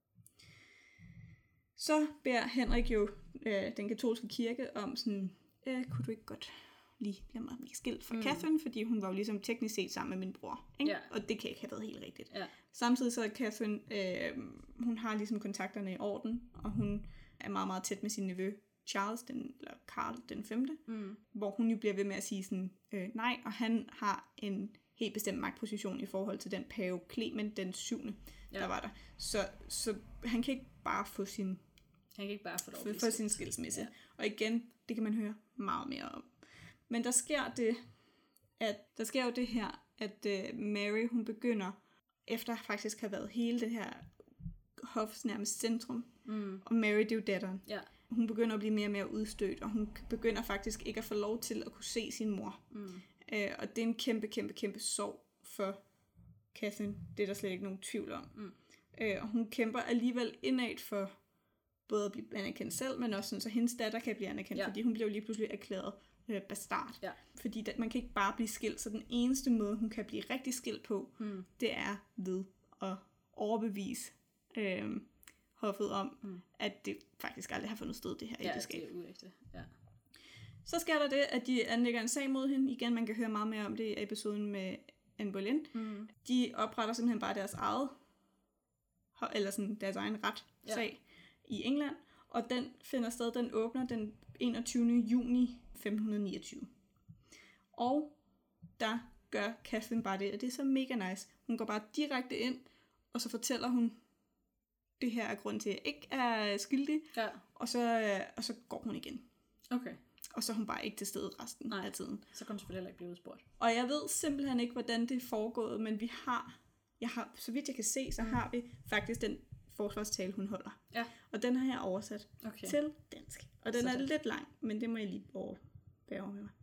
Så beder Henrik jo øh, den katolske kirke om sådan, øh, kunne du ikke godt lige lade mig blive skilt fra mm. Catherine, fordi hun var jo ligesom teknisk set sammen med min bror. Ikke? Ja. Og det kan ikke have været helt rigtigt. Ja. Samtidig så er Catherine, øh, hun har ligesom kontakterne i orden, og hun er meget, meget tæt med sin nevø Charles, den, eller Karl den femte, mm. hvor hun jo bliver ved med at sige sådan, øh, nej, og han har en helt bestemt magtposition i forhold til den pave Clement den syvende, ja. der var der. Så, så han kan ikke bare få sin, han kan ikke bare få, få, få sin skilsmisse. Ja. Og igen, det kan man høre meget mere om. Men der sker det, at der sker jo det her, at uh, Mary, hun begynder, efter faktisk have været hele det her hofs nærmest centrum, mm. og Mary, det er jo datteren. Ja. Hun begynder at blive mere og mere udstødt, og hun begynder faktisk ikke at få lov til at kunne se sin mor. Mm. Uh, og det er en kæmpe, kæmpe, kæmpe sorg for Catherine. Det er der slet ikke nogen tvivl om. Mm. Uh, og hun kæmper alligevel indad for både at blive anerkendt selv, men også sådan, så hendes datter kan blive anerkendt, ja. fordi hun bliver jo lige pludselig erklæret øh, bastard. Ja. Fordi da, man kan ikke bare blive skilt, så den eneste måde, hun kan blive rigtig skilt på, mm. det er ved at overbevise øh, hoffet om, mm. at det faktisk aldrig har fundet sted, det her ægteskab. Ja, det er uægte. Ja. Så sker der det, at de anlægger en sag mod hende. Igen, man kan høre meget mere om det i episoden med Anne Boleyn. Mm. De opretter simpelthen bare deres eget, eller sådan deres egen ret sag ja. i England, og den finder sted, den åbner den enogtyvende juni femten niogtyve. Og der gør Catherine bare det, og det er så mega nice. Hun går bare direkte ind, og så fortæller hun, det her er grunden til, at jeg ikke er skyldig, ja. og, så, og så går hun igen. Okay. Og så er hun bare ikke til stede resten Nej, af tiden. Så kan hun selvfølgelig heller ikke blive udspurgt. Og jeg ved simpelthen ikke, hvordan det er foregået, men vi har, jeg har så vidt jeg kan se, så mm. har vi faktisk den forsvarstale, hun holder. Ja. Og den har jeg oversat okay. til dansk. Og den Sådan. er lidt lang, men det må jeg lige bære over med mig.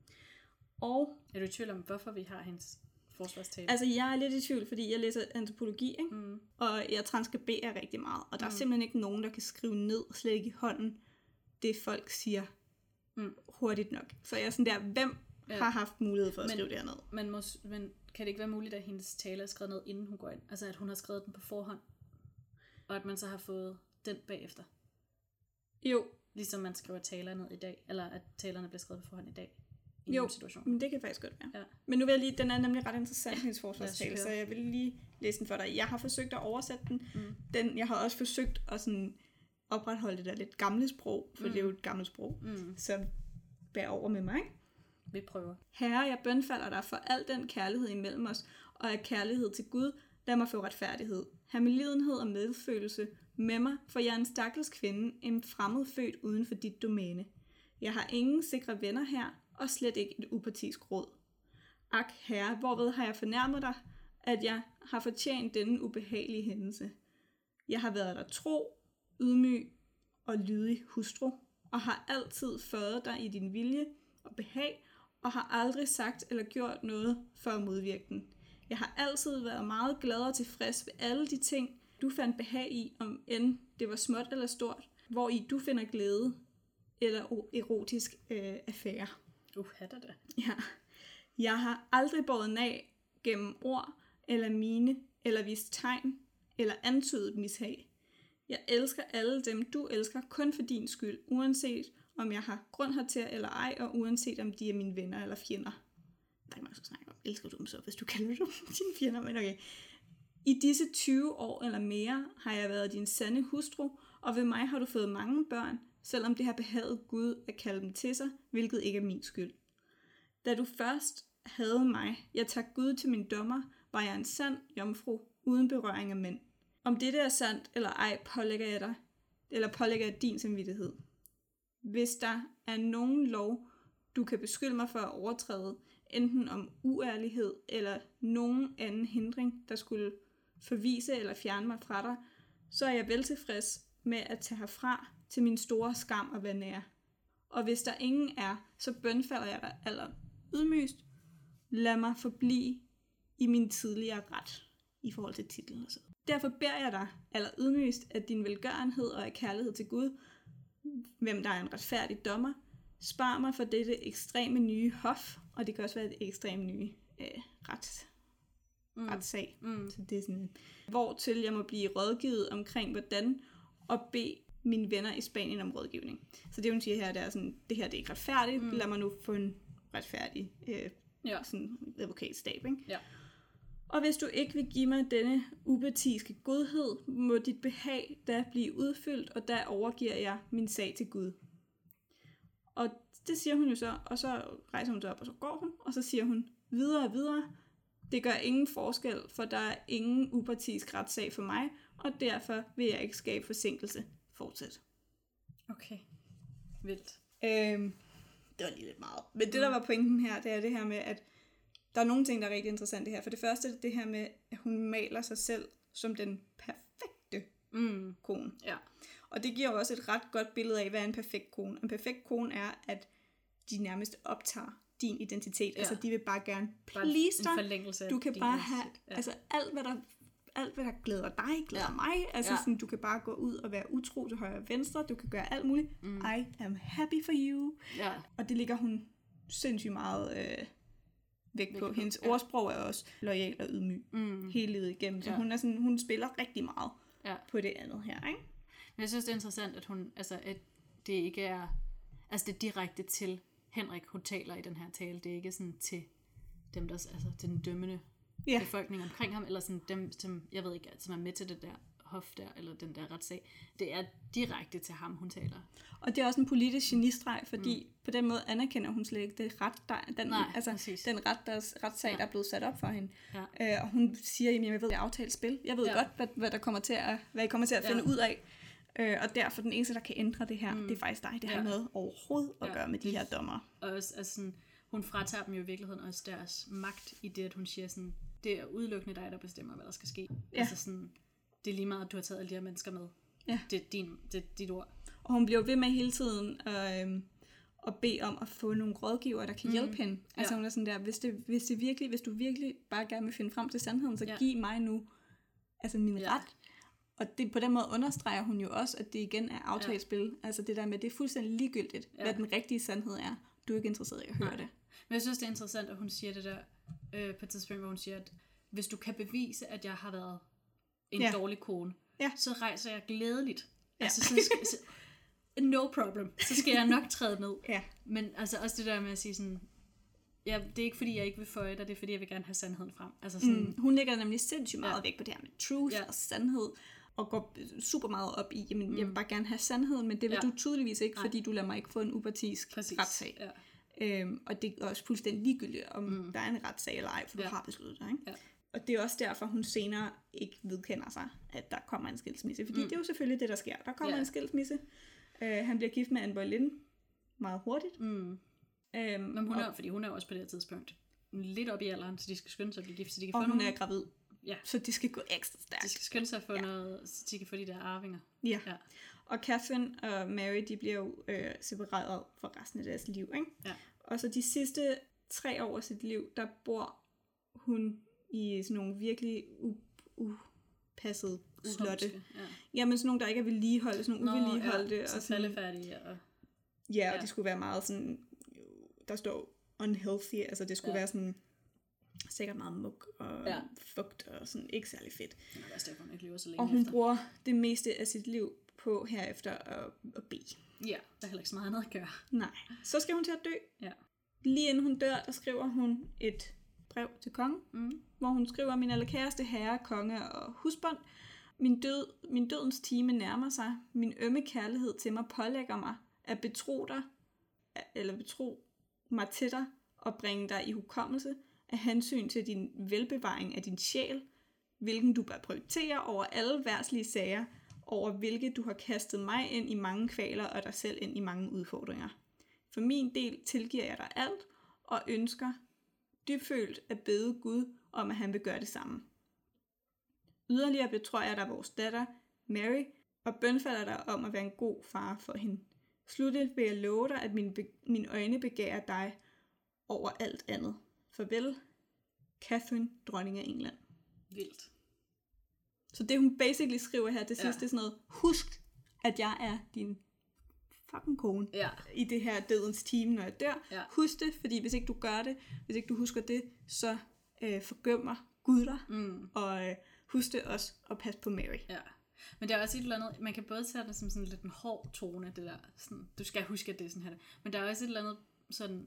Og er du i tvivl om, hvorfor vi har hendes forsvarstale? Altså, jeg er lidt i tvivl, fordi jeg læser antropologi, ikke? Mm. Og jeg transkriberer rigtig meget. Og der mm. er simpelthen ikke nogen, der kan skrive ned, slet ikke i hånden, det folk siger mm. hurtigt nok. Så jeg er sådan der, hvem ja. har haft mulighed for at men, skrive det her ned? Men, mås, men kan det ikke være muligt, at hendes tale er skrevet ned, inden hun går ind? Altså, at hun har skrevet den på forhånd? Og at man så har fået den bagefter? Jo. Ligesom man skriver taler ned i dag, eller at talerne bliver skrevet på forhånd i dag. I jo, men det kan faktisk godt være. Ja. Men nu vil jeg lige, den er nemlig ret interessant, hendes forsvarstale, så jeg vil lige læse den for dig. Jeg har forsøgt at oversætte den. Mm. den jeg har også forsøgt at sådan opretholde det der lidt gamle sprog, for mm. det er jo et gammelt sprog, mm. så bær over med mig. Vi prøver. Herre, jeg bønfalder dig for al den kærlighed imellem os, og af kærlighed til Gud, lad mig få retfærdighed. Ha' med lidenhed og medfølelse med mig, for jeg er en stakkels kvinde, en fremmed født uden for dit domæne. Jeg har ingen sikre venner her, og slet ikke et upartisk råd. Ak, herre, hvorved har jeg fornærmet dig, at jeg har fortjent denne ubehagelige hændelse. Jeg har været dig tro, ydmyg og lydig hustru, og har altid føjet dig i din vilje og behag, og har aldrig sagt eller gjort noget for at modvirke den. Jeg har altid været meget glad og tilfreds ved alle de ting, du fandt behag i, om end det var småt eller stort, hvor i du finder glæde eller erotisk øh, affære. Uh, hatter det. Ja. Jeg har aldrig båret nag gennem ord eller mine, eller vist tegn, eller antydet mishag. Jeg elsker alle dem, du elsker, kun for din skyld, uanset om jeg har grund hertil eller ej, og uanset om de er mine venner eller fjender. Der kan man også snakke om, elsker du dem så, hvis du kalder dem dine fjender, men okay. I disse tyve år eller mere har jeg været din sande hustru, og ved mig har du fået mange børn, selvom det har behaget Gud at kalde dem til sig, hvilket ikke er min skyld. Da du først havde mig, jeg tager Gud til min dommer, var jeg en sand jomfru, uden berøring af mænd. Om dette er sandt eller ej, pålægger jeg dig, eller pålægger jeg din samvittighed. Hvis der er nogen lov, du kan beskylde mig for at overtræde, enten om uærlighed eller nogen anden hindring, der skulle forvise eller fjerne mig fra dig, så er jeg vel tilfreds med at tage herfra til min store skam og vanære. Og hvis der ingen er, så bønfalder jeg dig aller ydmygst. Lad mig forblive i min tidligere ret i forhold til titlen og så. Derfor beder jeg dig aller ydmygst, at din velgørenhed og af kærlighed til Gud, hvem der er en retfærdig dommer, spar mig for dette ekstreme nye hof, og det kan også være et ekstremt nye øh, ret, mm. retssag. Mm. Så det er sådan, hvor til jeg må blive rådgivet omkring, hvordan at bede mine venner i Spanien om rådgivning. Så det, hun siger her, det er sådan, det her det er ikke retfærdigt, mm. lad mig nu få en retfærdig øh, ja. sådan advokatstab, ikke? Ja. Og hvis du ikke vil give mig denne upartiske godhed, må dit behag da blive udfyldt, og der overgiver jeg min sag til Gud. Og det siger hun jo så, og så rejser hun sig op, og så går hun, og så siger hun videre og videre, det gør ingen forskel, for der er ingen upartisk retssag for mig, og derfor vil jeg ikke skabe forsinkelse. Fortsæt. Okay. Vildt. Øhm, det var lige lidt meget. Men det, der var pointen her, det er det her med, at der er nogle ting, der er rigtig interessante her. For det første er det her med, at hun maler sig selv som den perfekte mm. kone. Ja. Og det giver jo også et ret godt billede af, hvad er en perfekt kone. En perfekt kone er, at de nærmest optager din identitet. Ja. Altså, de vil bare gerne please dig. Du kan bare have, ja. altså alt hvad der alt hvad der glæder dig, glæder ja. mig. Altså ja. sådan, du kan bare gå ud og være utro til højre og venstre. Du kan gøre alt muligt. Mm. I am happy for you. Ja. Og det ligger hun sindssygt meget øh, væk på. Hendes ja. ordsprog er også loyal og ydmyg. Mm. Hele livet igennem. Så ja. hun, er sådan, hun spiller rigtig meget ja. på det andet her, ikke? Men jeg synes, det er interessant, at hun, altså, at det ikke er, altså det er direkte til Henrik, hun taler i den her tale. Det er ikke sådan til dem, der, altså til den dømmende yeah. befolkning omkring ham, eller sådan dem, som, jeg ved ikke, som er med til det der hof der, eller den der retssag. Det er direkte til ham, hun taler. Og det er også en politisk genistreg, fordi mm. på den måde anerkender hun slet ikke det ret, der, den, Nej, altså, den ret, der, retssag, ja. der er blevet sat op for hende. Ja. Øh, og hun siger, at jeg ved, det er aftalt spil. Jeg ved ja. godt, hvad, hvad, der kommer til at, hvad I kommer til at finde ja. ud af. Øh, og derfor den eneste, der kan ændre det her, mm. det er faktisk dig. Det har ja. noget overhovedet at ja. gøre med de her dommer. Og også, altså sådan, hun fratager dem jo i virkeligheden også deres magt i det, at hun siger sådan, det er udelukkende dig, der bestemmer, hvad der skal ske. Ja. Altså sådan, det er lige meget, at du har taget alle de her mennesker med. Ja. Det er din, det er dit ord. Og hun bliver ved med hele tiden øh, at bede om at få nogle rådgivere, der kan mm. hjælpe hende. Altså ja. hun er sådan der, hvis, det, hvis, det virkelig, hvis du virkelig bare gerne vil finde frem til sandheden, så ja. giv mig nu altså min ja. ret. Og det, på den måde understreger hun jo også, at det igen er aftagspil. Ja. Altså det der med, det er fuldstændig ligegyldigt, ja. hvad den rigtige sandhed er. Du er ikke interesseret i at høre Nej. det. Men jeg synes, det er interessant, at hun siger det der øh, på et tidspunkt, hvor hun siger, at hvis du kan bevise, at jeg har været en ja. dårlig kone, ja. så rejser jeg glædeligt. Ja. Altså, så skal, så, no problem. Så skal jeg nok træde ned. Ja. Men altså også det der med at sige sådan, ja, det er ikke fordi, jeg ikke vil føje dig, det er fordi, jeg vil gerne have sandheden frem. Altså sådan, mm, hun lægger nemlig sindssygt meget ja. væk på det her med truth ja. og sandhed, og går super meget op i, jamen, mm. jeg vil bare gerne have sandheden, men det vil ja. du tydeligvis ikke, fordi du lader mig ikke få en upartisk retssag. Ja. Øhm, og det er også fuldstændig ligegyldigt, om mm. der er en retssag eller ej, for ja. du har besluttet dig. Ikke? Ja. Og det er også derfor, hun senere ikke vedkender sig, at der kommer en skilsmisse. Fordi mm. det er jo selvfølgelig det, der sker. Der kommer ja. en skilsmisse. Øh, han bliver gift med Anne Boleyn meget hurtigt. Mm. Øhm, Men hun er, og, fordi hun er også på det her tidspunkt lidt op i alderen, så de skal skynde sig at blive gift, så de kan og få hun nogle... er gravid. Ja. Så de skal gå ekstra stærkt. De skal skynde sig at få ja. noget, så de kan få de der arvinger. Ja. ja. Og Catherine og Mary, de bliver jo øh, separeret for resten af deres liv. Ikke? Ja. Og så de sidste tre år af sit liv, der bor hun i sådan nogle virkelig upassede slotte. Ja. Jamen sådan nogle, der ikke er vedligeholdte, sådan nogle uvedligeholdte. Ja, så faldefærdige. Og... Ja, og ja. de skulle være meget sådan, der står unhealthy, altså det skulle ja. være sådan, sikkert meget mug og ja. fugt og sådan ikke særlig fedt. Ja, det er også derfor, hun ikke lever så længe og hun efter. bruger det meste af sit liv på herefter at, at bede. Ja, der er heller ikke så meget andet at gøre. Nej. Så skal hun til at dø. Ja. Lige inden hun dør, der skriver hun et brev til kongen, mm. hvor hun skriver, min allerkæreste herre, konge og husbond, min, død, min dødens time nærmer sig, min ømme kærlighed til mig pålægger mig at betro dig, eller betro mig til dig, og bringe dig i hukommelse af hensyn til din velbevaring af din sjæl, hvilken du bør prioritere over alle verdslige sager, over hvilke du har kastet mig ind i mange kvaler, og dig selv ind i mange udfordringer. For min del tilgiver jeg dig alt, og ønsker dybfølt at bede Gud om, at han vil gøre det samme. Yderligere betror jeg dig vores datter, Mary, og bønfalder dig om at være en god far for hende. Sluttet vil jeg love dig, at mine, be- mine øjne begærer dig over alt andet. Farvel, Catherine, dronning af England. Vildt. Så det hun basically skriver her til sidst, ja. er sådan noget, husk, at jeg er din fucking kone ja. i det her dødens time, når jeg dør. Ja. Husk det, fordi hvis ikke du gør det, hvis ikke du husker det, så øh, forgømmer Gud dig, mm. og øh, husk det også at passe på Mary. Ja. Men der er også et eller andet, man kan både tage det som sådan lidt en hård tone, det der, sådan, du skal huske, at det er sådan her, men der er også et eller andet sådan,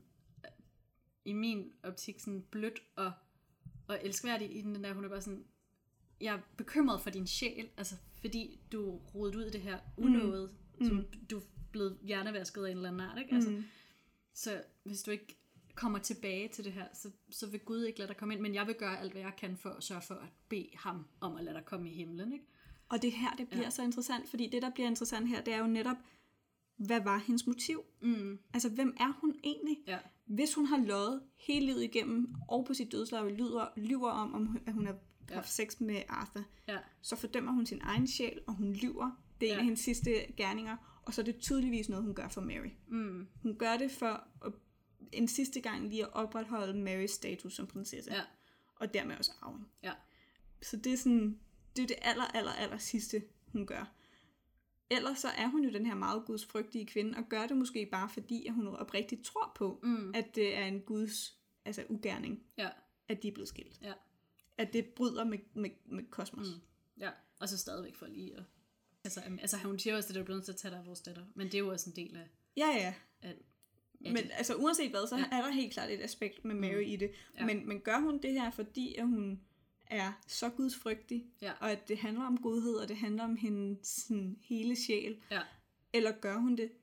i min optik, sådan blødt og, og elskværdigt i den der, hun er bare sådan, jeg er bekymret for din sjæl, altså fordi du er rodet ud i det her unåde, mm. som du er blevet hjernevasket af en eller anden art, ikke? Altså, mm. Så hvis du ikke kommer tilbage til det her, så, så vil Gud ikke lade dig komme ind, men jeg vil gøre alt, hvad jeg kan for at sørge for at bede ham om at lade dig komme i himlen, ikke? Og det her, det bliver ja. så interessant, fordi det, der bliver interessant her, det er jo netop, hvad var hendes motiv? Mm. Altså, hvem er hun egentlig? Ja. Hvis hun har løjet hele livet igennem, og på sit dødsleje lyver, lyver om, om, at hun har haft ja. sex med Arthur, ja. så fordømmer hun sin egen sjæl, og hun lyver. Det er ja. en af hendes sidste gerninger, og så er det tydeligvis noget, hun gør for Mary. Mm. Hun gør det for at, en sidste gang lige at opretholde Marys status som prinsesse, ja. og dermed også arving. Ja. Så det er sådan... Det er det aller, aller, aller sidste, hun gør. Ellers så er hun jo den her meget gudsfrygtige kvinde, og gør det måske bare fordi, at hun oprigtigt tror på, mm. at det er en guds altså ugerning, ja. at de er blevet skilt. Ja. At det bryder med, med, med kosmos. Mm. Ja, og så stadigvæk for lige at... Altså, altså hun siger også, at det er blevet til at tage dig af vores datter, men det er jo også en del af... Ja, ja. Af, af men det. Altså uanset hvad, så ja. er der helt klart et aspekt med Mary mm. i det. Ja. Men, men gør hun det her, fordi at hun... er så gudsfrygtig, ja. og at det handler om godhed, og det handler om hendes sådan, hele sjæl, ja. eller gør hun det,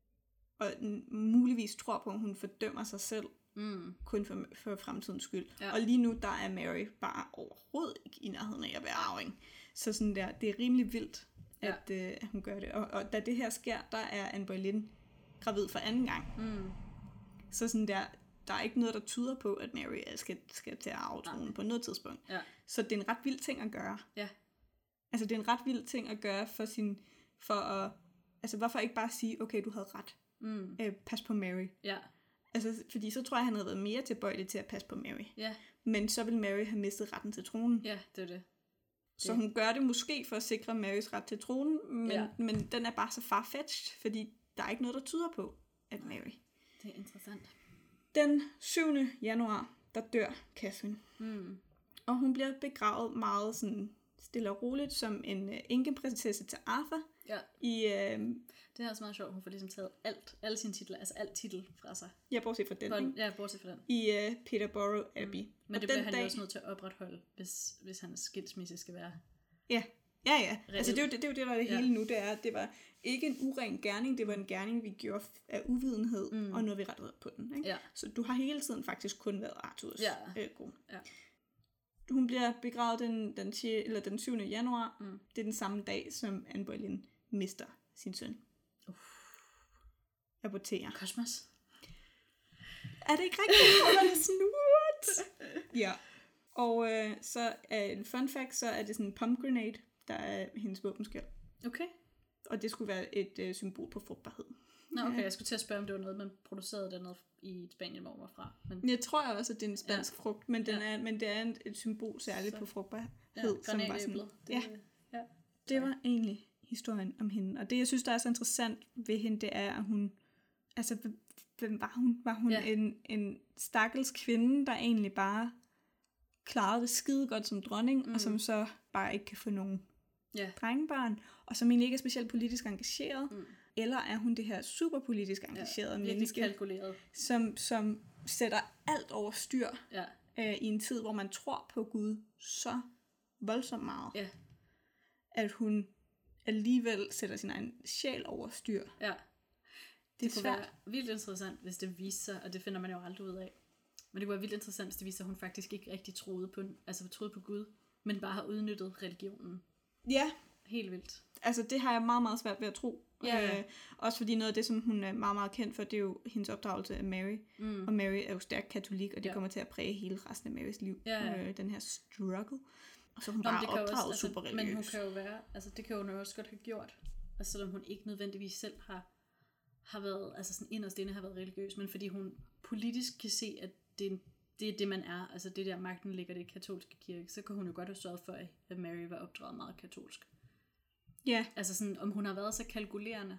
og muligvis tror på, at hun fordømmer sig selv, mm. kun for, for fremtidens skyld. Ja. Og lige nu, der er Mary bare overhovedet ikke i nærheden af at være arving. Så sådan der, det er rimelig vildt, at, ja. øh, at hun gør det. Og, og da det her sker, der er Anne Boleyn gravid for anden gang. Mm. Så sådan der, der er ikke noget, der tyder på, at Mary skal, skal til at arve tronen på noget tidspunkt. Ja. Så det er en ret vild ting at gøre. Ja. Altså, det er en ret vild ting at gøre for sin... For at... Altså, hvorfor ikke bare sige, okay, du havde ret. Mm. Øh, pas på Mary. Ja. Altså, fordi så tror jeg, han havde været mere tilbøjelig til at passe på Mary. Ja. Men så vil Mary have mistet retten til tronen. Ja, det er det. Så hun gør det måske for at sikre Marys ret til tronen, men, ja. men den er bare så farfetched, fordi der er ikke noget, der tyder på, at Mary... Det er interessant. Den syvende januar, der dør Catherine. Mm. Og hun bliver begravet meget sådan stille og roligt som en uh, enkeprinsesse til Arthur. Ja. I, uh, det er også meget sjovt, hun får ligesom taget alt, alle sine titler, altså alt titel fra sig. Ja, bortset fra den. På, ja, bortset fra den. I uh, Peterborough Abbey. Mm. Men og det bliver han dag... jo også nødt til at opretholde, hvis, hvis hans skilsmisse skal være... Ja, ja, ja. Reelt. Altså det er, jo det, det er jo det, der er det ja. hele nu, det er, det var ikke en uren gerning, det var en gerning, vi gjorde af uvidenhed, mm. og noget vi rettede på den. Ikke? Ja. Så du har hele tiden faktisk kun været Arthurs ja. øh, kone. Ja. Hun bliver begravet den, den, eller den syvende januar. Mm. Det er den samme dag, som Anne Boleyn mister sin søn. Uh. Aborterer. Kosmos. Er det ikke rigtigt? Hvor er det snurt? Ja. Og øh, så er en fun fact, så er det sådan en pomegranate, der er hendes våbenskjold. Okay. Og det skulle være et øh, symbol på frugtbarhed. Nå, okay. Ja. Jeg skulle til at spørge, om det var noget, man producerede dernede i Spanien, hvor man var fra. Men... Jeg tror også, at det er en spansk ja. frugt, men, den ja. er, men det er et symbol særligt så. på frugtbarhed. Ja, granatæblet. Ja, ja. Det var egentlig historien om hende. Og det, jeg synes, der er så interessant ved hende, det er, at hun... Altså, hvem var hun? Var hun ja. en, en stakkels kvinde, der egentlig bare klarede det skide godt som dronning, mm. og som så bare ikke kan få nogen ja. drengebørn, og som egentlig ikke er specielt politisk engageret, mm. eller er hun det her super politisk engagerede ja, menneske, kalkuleret. Som, som sætter alt over styr ja. øh, i en tid, hvor man tror på Gud så voldsomt meget, ja. at hun alligevel sætter sin egen sjæl over styr. Ja. Det, det kunne svært. være vildt interessant, hvis det viser sig, og det finder man jo aldrig ud af. Men det kunne være vildt interessant, hvis det viser sig, at hun faktisk ikke rigtig troede på, altså troede på Gud, men bare har udnyttet religionen. Ja. Helt vildt. Altså det har jeg meget, meget svært ved at tro. Ja, ja. Øh, også fordi noget af det, som hun er meget, meget kendt for, det er jo hendes opdragelse af Mary. Mm. Og Mary er jo stærk katolik, og det ja. kommer til at præge hele resten af Marys liv. Ja, ja. Øh, den her struggle. Og så hun bare opdraget også, super altså, religiøs. Men hun kan jo være, altså det kan hun jo også godt have gjort. Altså selvom hun ikke nødvendigvis selv har, har været, altså sådan inderst inde har været religiøs, men fordi hun politisk kan se, at det er det er det, man er. Altså det der magten ligger det i katolske kirke. Så kan hun jo godt have sørget for, at Mary var opdraget meget katolsk. Ja. Yeah. Altså sådan, om hun har været så kalkulerende,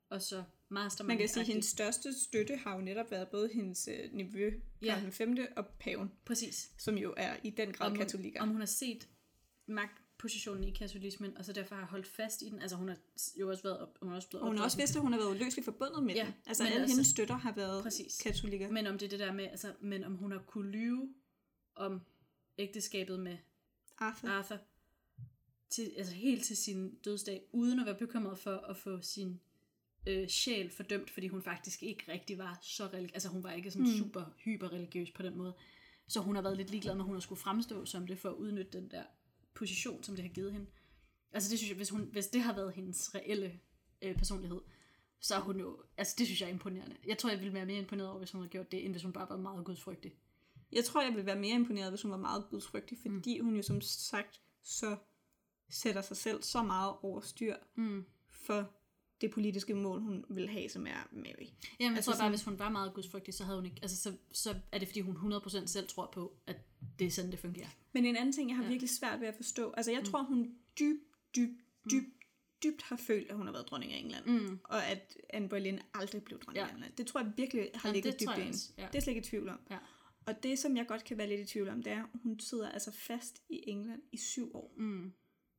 og så mastermind. Man kan sige, at hendes største støtte har jo netop været både hendes øh, nevø, Karl den femte, og paven. Præcis. Som jo er i den grad om hun, katolikker. Om hun har set magtpositionen i katolismen, og så derfor har holdt fast i den. Altså hun har jo også været op, hun har også blevet og hun har også vidst, at hun har været uløseligt forbundet med ja, den. Altså alle altså, hendes støtter har været præcis. Katolikker. Men om det er det der med, altså, men om hun har kunne lyve om ægteskabet med Arthur, Arthur til, altså helt til sin dødsdag, uden at være bekymret for at få sin øh, sjæl fordømt, fordi hun faktisk ikke rigtig var så religiøs. Altså hun var ikke sådan mm. super hyper religiøs på den måde. Så hun har været lidt ligeglad med, at hun har skulle fremstå som det, for at udnytte den der position, som det har givet hende. Altså det synes jeg, hvis, hun, hvis det har været hendes reelle øh, personlighed, så er hun jo, altså det synes jeg er imponerende. Jeg tror, jeg ville være mere imponeret over, hvis hun havde gjort det, end hvis hun bare var meget gudsfrygtig. Jeg tror, jeg ville være mere imponeret, hvis hun var meget gudsfrygtig, fordi mm. hun jo som sagt så sætter sig selv så meget over styr mm. for det politiske mål, hun vil have, som er Mary. Jamen, jeg altså, tror bare, sådan, hvis hun var meget gudsfrygtig, så havde hun ikke, altså så, så er det, fordi hun hundrede procent selv tror på, at det er sådan, det fungerer. Men en anden ting, jeg har ja. virkelig svært ved at forstå, altså jeg mm. tror, hun dybt, dybt, dybt, dybt har følt, at hun har været dronning af England, mm. og at Anne Boleyn aldrig blev dronning ja. af England. Det tror jeg virkelig har ligget dybt ind. Ja. Det er slet ikke i tvivl om. Ja. Og det, som jeg godt kan være lidt i tvivl om, det er, at hun sidder altså fast i England i syv år. Mm.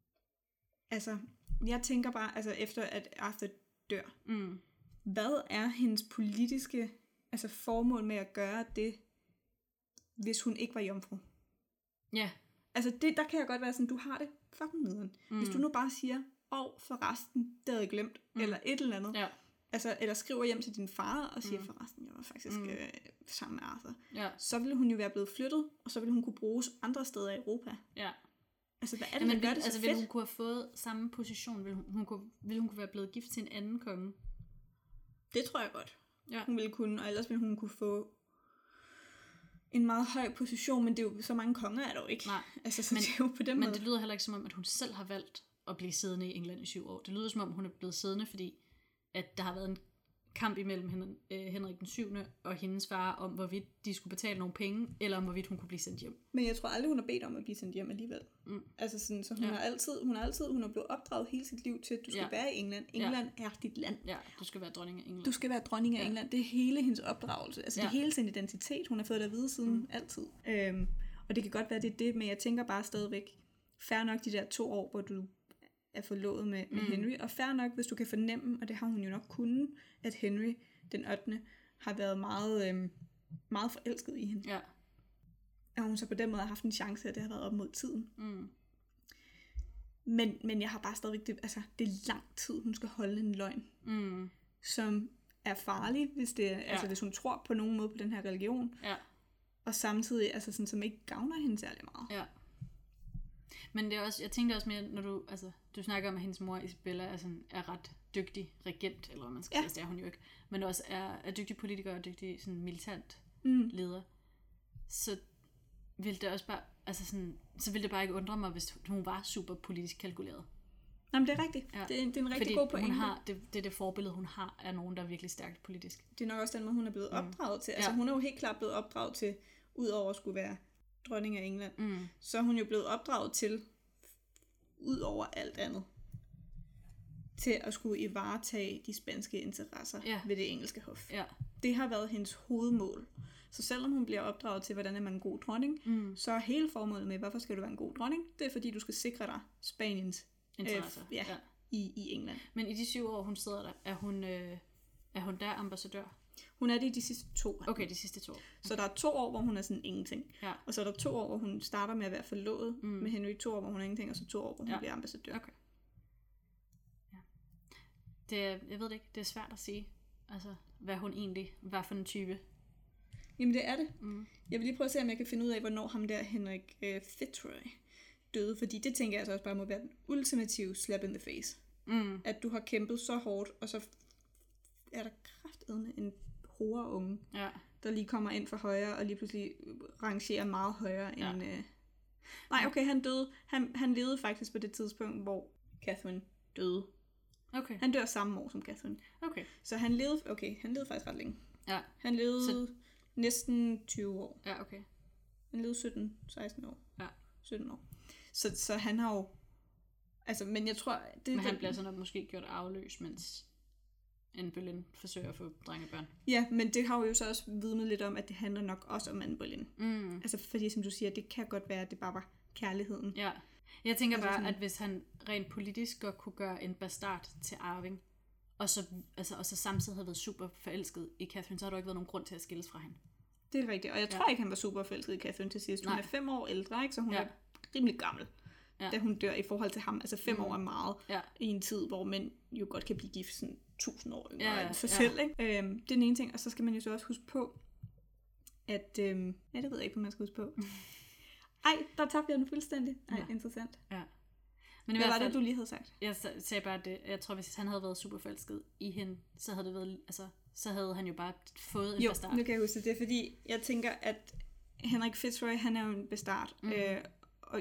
Altså, jeg tænker bare, altså efter at Arthur dør, mm. hvad er hendes politiske altså formål med at gøre det, hvis hun ikke var jomfru? Ja. Yeah. Altså, det, der kan jeg godt være sådan, du har det fucking nederen. Mm. Hvis du nu bare siger, åh, oh, forresten, det havde jeg glemt, mm. eller et eller andet. Ja. Altså, eller skriver hjem til din far og siger, mm. forresten, jeg var faktisk mm. øh, sammen med Arthur. Ja. Så ville hun jo være blevet flyttet, og så ville hun kunne bruges andre steder i Europa. Ja. Altså, hvad er det, ja, der gør vil, det så altså, fedt? Ville hun kunne have fået samme position? Ville hun, hun, kunne, ville hun kunne være blevet gift til en anden konge? Det tror jeg godt. Ja. Hun ville kunne, og ellers ville hun kunne få en meget høj position, men det er jo så mange konger er der jo ikke. Nej. Altså, så men, det er jo på den men måde. det lyder heller ikke som om, at hun selv har valgt at blive siddende i England i syv år. Det lyder som om, hun er blevet siddende, fordi at der har været en kamp imellem Henrik den syvende og hendes far om, hvorvidt de skulle betale nogle penge, eller om hvorvidt hun kunne blive sendt hjem. Men jeg tror aldrig, hun har bedt om at blive sendt hjem alligevel. Mm. Altså sådan, så hun ja. har altid, hun har altid, hun har blevet opdraget hele sit liv til, at du skal ja. være i England. England ja. er dit land. Ja, du skal være dronning af England. Du skal være dronning af ja. England. Det er hele hendes opdragelse. Altså ja. det er hele sin identitet. Hun har fået det at vide siden mm. altid. Øhm, og det kan godt være, det er det, men jeg tænker bare stadigvæk, fair nok de der to år, hvor du er forlovet med, med mm. Henry, og fair nok, hvis du kan fornemme, og det har hun jo nok kunnet, at Henry den ottende har været meget, øhm, meget forelsket i hende. Ja. Og hun så på den måde har haft en chance, at det har været op mod tiden. Mm. Men, men jeg har bare stadigvæk, det, altså det er lang tid, hun skal holde en løgn, mm. som er farlig, hvis, det, ja. altså, hvis hun tror på nogen måde på den her religion, ja. og samtidig, altså sådan, som ikke gavner hende særlig meget. Ja. Men det er også, jeg tænkte også mere, når du, altså, du snakker om, at hendes mor Isabella er, sådan, er ret dygtig regent, eller hvad man skal ja. sige, det er hun jo ikke, men også er, er dygtig politiker og dygtig sådan, militant mm. leder. Så ville det også bare, altså sådan, så ville det bare ikke undre mig, hvis hun var super politisk kalkuleret. Jamen, det er rigtigt. Ja. Det, er, det er en rigtig Fordi god pointe. Hun har, det, det er det forbillede, hun har, er nogen, der er virkelig stærkt politisk. Det er nok også den måde, hun er blevet opdraget mm. til. Altså, ja. hun er jo helt klart blevet opdraget til, udover at skulle være dronning af England, mm. så er hun jo blevet opdraget til, ud over alt andet, til at skulle i varetage de spanske interesser ja. ved det engelske hof. Ja. Det har været hendes hovedmål. Så selvom hun bliver opdraget til, hvordan er man en god dronning, mm. så er hele formålet med, hvorfor skal du være en god dronning, det er fordi, du skal sikre dig Spaniens interesser øh, ja, ja. i, i England. Men i de syv år, hun sidder der, er hun, øh, er hun der ambassadør? Hun er det i de sidste to år. Okay, de sidste to år. Okay. Så der er to år, hvor hun er sådan ingenting. Ja. Og så er der to år, hvor hun starter med at være forlovet mm. med Henry, to år, hvor hun er ingenting, og så to år, hvor hun ja. bliver ambassadør. Okay. Ja. Det er, jeg ved det ikke, det er svært at sige, altså, hvad hun egentlig var for en type. Jamen det er det. Mm. Jeg vil lige prøve at se, om jeg kan finde ud af, hvornår ham der Henrik øh, Fitzroy døde, fordi det tænker jeg altså også bare må være den ultimative slap in the face. Mm. At du har kæmpet så hårdt, og så er der kraftedme en horeunge, ja. der lige kommer ind for højre, og lige pludselig rangerer meget højere ja. end... Øh... Nej, okay, han døde. Han, han levede faktisk på det tidspunkt, hvor Catherine døde. Okay. Han dør samme år som Catherine. Okay. Så han levede, okay, han levede faktisk ret længe. Ja. Han levede så... næsten tyve år. Ja, okay. Han levede sytten seksten år. Ja. sytten år. Så, så han har jo... Altså, men jeg tror... Det, men han det... bliver sådan måske gjort afløs, mens Anne Boleyn forsøger at få drengebørn. Ja, men det har jo så også vidnet lidt om, at det handler nok også om Anne Boleyn. Mm. Altså fordi, som du siger, det kan godt være, at det bare var kærligheden. Ja. Jeg tænker altså bare, sådan... at hvis han rent politisk godt kunne gøre en bastard til arving, og så, altså, og så samtidig havde været super forelsket i Catherine, så har der ikke været nogen grund til at skilles fra hende. Det er rigtigt, og jeg tror ja. ikke, han var super forelsket i Catherine til sidst. Hun Nej. er fem år ældre, ikke? Så hun ja. er rimelig gammel, ja. da hun dør i forhold til ham. Altså fem mm. år er meget ja. i en tid, hvor mænd jo godt kan blive gift sådan tusind år yngre ja, ja. end sig ja. selv. Ikke? Øhm, det er den ene ting, og så skal man jo så også huske på, at... Øhm, ja, det ved jeg ikke, hvad man skal huske på. Ej, der tabte jeg den fuldstændig. Ej, ja. interessant. Ja. Men hvad var det, du lige havde sagt? Jeg sagde bare, at jeg tror, hvis han havde været super forelsket i hende, så havde det været, altså, så havde han jo bare fået en jo, bastard. Jo, nu kan jeg huske det. Det er fordi, jeg tænker, at Henrik Fitzroy, han er jo en bastard. Mm. Øh, og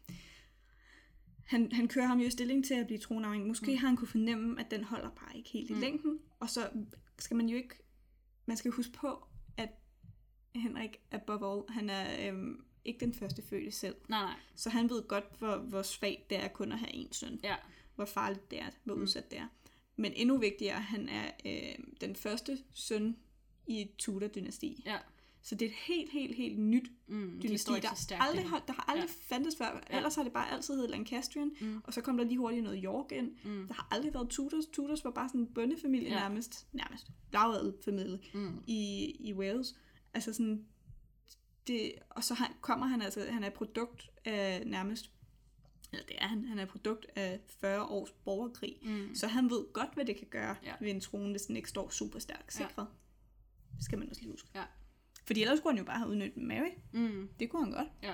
han, han kører ham jo i stilling til at blive tronarving. Måske mm. har han kunne fornemme, at den holder bare ikke helt i mm. længden. Og så skal man jo ikke... Man skal huske på, at Henrik above all, han er... Øhm, ikke den første fødte selv. Nej, nej. Så han ved godt, hvor, hvor svagt det er kun at have en søn. Ja. Hvor farligt det er, hvor mm. udsat det er. Men endnu vigtigere, han er øh, den første søn i et Tudor-dynasti. Ja. Så det er et helt, helt, helt nyt mm, dynasti, der, stærkt, aldrig har, der har aldrig ja. fandtes før. Ja. Ellers har det bare altid heddet Lancastrian, mm. og så kom der lige hurtigt noget York ind. Mm. Der har aldrig været Tudors. Tudors var bare sådan en bøndefamilie ja. nærmest. Nærmest. Lavaddelfamilie mm. i, i Wales. Altså sådan... Det, og så han, kommer han altså, han er et produkt af nærmest, eller det er han, han er et produkt af fyrre års borgerkrig, mm. så han ved godt, hvad det kan gøre ja. ved en trone, hvis den ikke står super stærkt sikret. Ja. Det skal man også lige huske. Ja. Fordi ellers kunne han jo bare have udnyttet Mary. Mm. Det kunne han godt. Ja.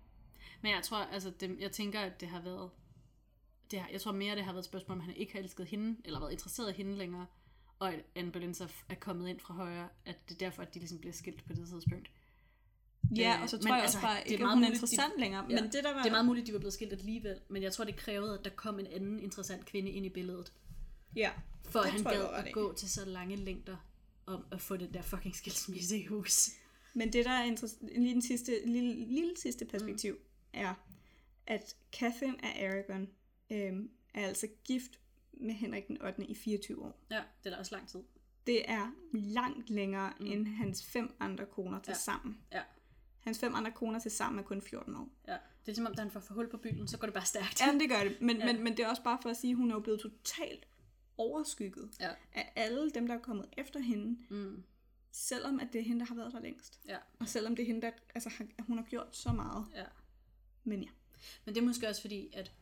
Men jeg tror, altså, det, jeg tænker, at det har været, det har, jeg tror mere, det har været et spørgsmål, om han ikke har elsket hende, eller været interesseret i hende længere, og at Anne Boleyn så er kommet ind fra højre, at det er derfor, at de ligesom bliver skilt på det tidspunkt. Ja, og så tror men, jeg også altså, bare ikke, at hun er interessant de, længere. Ja, men det, der var... det er meget muligt, at de var blevet skilt alligevel, men jeg tror, det krævede, at der kom en anden interessant kvinde ind i billedet. Ja, for at han gad at gå til så lange længder om at få den der fucking skilsmisse i hus. Men det, der er interessant, lige den sidste, lille, lille sidste perspektiv, mm. er, at Catherine af Aragon øhm, er altså gift med Henrik den ottende i fireogtyve år. Ja, det er da også lang tid. Det er langt længere mm. end hans fem andre koner til ja. sammen. Ja. Hans fem andre koner til sammen er kun fjorten år. Ja, det er som om, da han får for hul på byen, så går det bare stærkt. Ja, det gør det. Men, ja. men, men det er også bare for at sige, at hun er jo blevet totalt overskygget ja. af alle dem, der er kommet efter hende. Mm. Selvom at det er hende, der har været der længst. Ja. Og selvom det er hende, der altså, hun har gjort så meget. Ja. Men ja. Men det er måske også fordi, at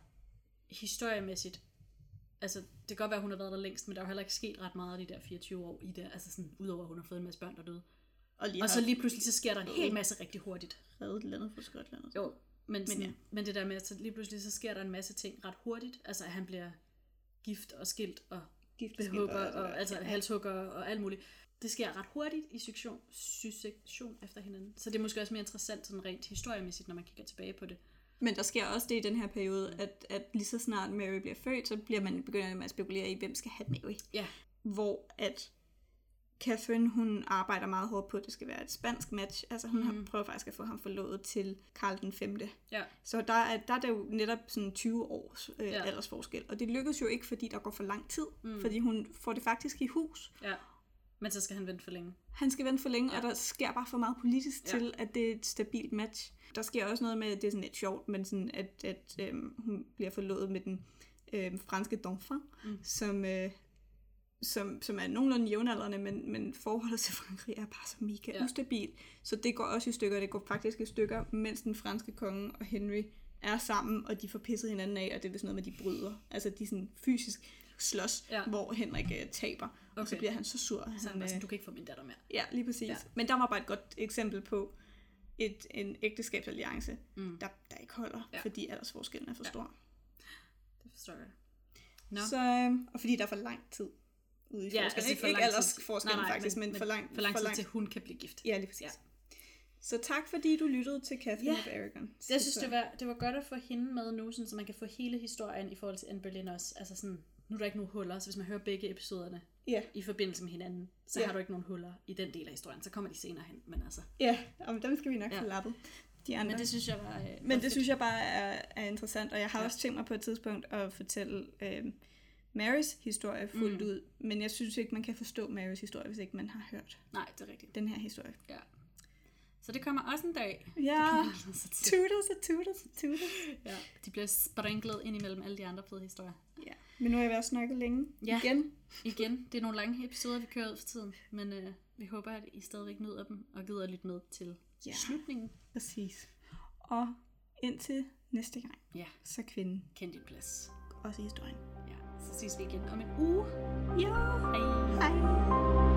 historiemæssigt, altså det kan godt være, at hun har været der længst, men der er jo heller ikke sket ret meget af de der fireogtyve år i det. Altså sådan, udover at hun har fået en masse børn, der døde. Og, og så lige pludselig, så sker der en hel masse rigtig hurtigt. Reddet landet for Skotland. Jo, men, sådan, men, ja. men det der med, at lige pludselig, så sker der en masse ting ret hurtigt. Altså, at han bliver gift og skilt og gift behugger og, og altså ja. halshugger og alt muligt. Det sker ret hurtigt i sektion, sysektion efter hinanden. Så det er måske også mere interessant sådan rent historiemæssigt, når man kigger tilbage på det. Men der sker også det i den her periode, at, at lige så snart Mary bliver født, så bliver man begynder med at spekulere i, hvem skal have Mary. Ja. Hvor at Catherine, hun arbejder meget hårdt på, at det skal være et spansk match. Altså hun mm. har prøvet faktisk at få ham forlovet til Karl den femte. Ja. Så der er, der er det jo netop sådan tyve års øh, ja. aldersforskel. Og det lykkes jo ikke, fordi der går for lang tid. Mm. Fordi hun får det faktisk i hus. Ja. Men så skal han vente for længe. Han skal vente for længe, ja. og der sker bare for meget politisk ja. til, at det er et stabilt match. Der sker også noget med, det er sådan lidt sjovt, men sådan, at, at øhm, hun bliver forlovet med den øhm, franske Dauphin, mm. som... Øh, Som, som er nogenlunde jævnaldrende, men, men forholdet til Frankrig er bare så mega ja. ustabil. Så det går også i stykker. Det går faktisk i stykker, mens den franske konge og Henry er sammen, og de får pisset hinanden af, og det er vist noget med, de bryder. Altså, de sådan fysisk slås, ja. hvor Henrik uh, taber, okay. og så bliver han så sur. Så han, han sådan, du kan ikke få min datter mere. Ja, lige præcis. Ja. Men der var bare et godt eksempel på et, en ægteskabsalliance, mm. der, der ikke holder, ja. fordi aldersforskellen er for stor. Ja. Det forstår jeg. No. Så, øh, og fordi der er for lang tid ude i ja, forskellen. Altså ikke aldersforskellen faktisk, men, men for lang, for lang tid for lang... til hun kan blive gift. Ja, lige præcis. Ja. Så tak fordi du lyttede til Catherine ja. of Aragon. Jeg synes, det var, det var godt at få hende med nu, sådan, så man kan få hele historien i forhold til Anne Boleyn også. Altså sådan, nu er der ikke nogen huller, så hvis man hører begge episoderne ja. i forbindelse med hinanden, så ja. har du ikke nogen huller i den del af historien. Så kommer de senere hen, men altså... Ja, og dem skal vi nok ja. få lappet. De andre. Men det synes jeg var, øh, Men det fedt. synes jeg bare er, er interessant, og jeg har ja. også tænkt mig på et tidspunkt at fortælle... Øh, Marys historie fuldt Mm. ud, men jeg synes ikke, man kan forstå Marys historie, hvis ikke man har hørt Nej, det er rigtigt. den her historie. Ja. Så det kommer også en dag. Ja, Det kan man glæde sig til. tutors og tutors og tutors. Ja, de bliver sprinklet ind imellem alle de andre fede historier. Ja, men nu har jeg været snakket længe. Ja. Igen. Igen, det er nogle lange episoder, vi kører ud for tiden, men øh, vi håber, at I stadigvæk nyder dem og gider at lytte med til Ja. slutningen. Præcis. Og indtil næste gang, Ja, så kvinden kend din plads. også i historien. Ja, så ses vi igen om en uge. Ja, Hej. hej.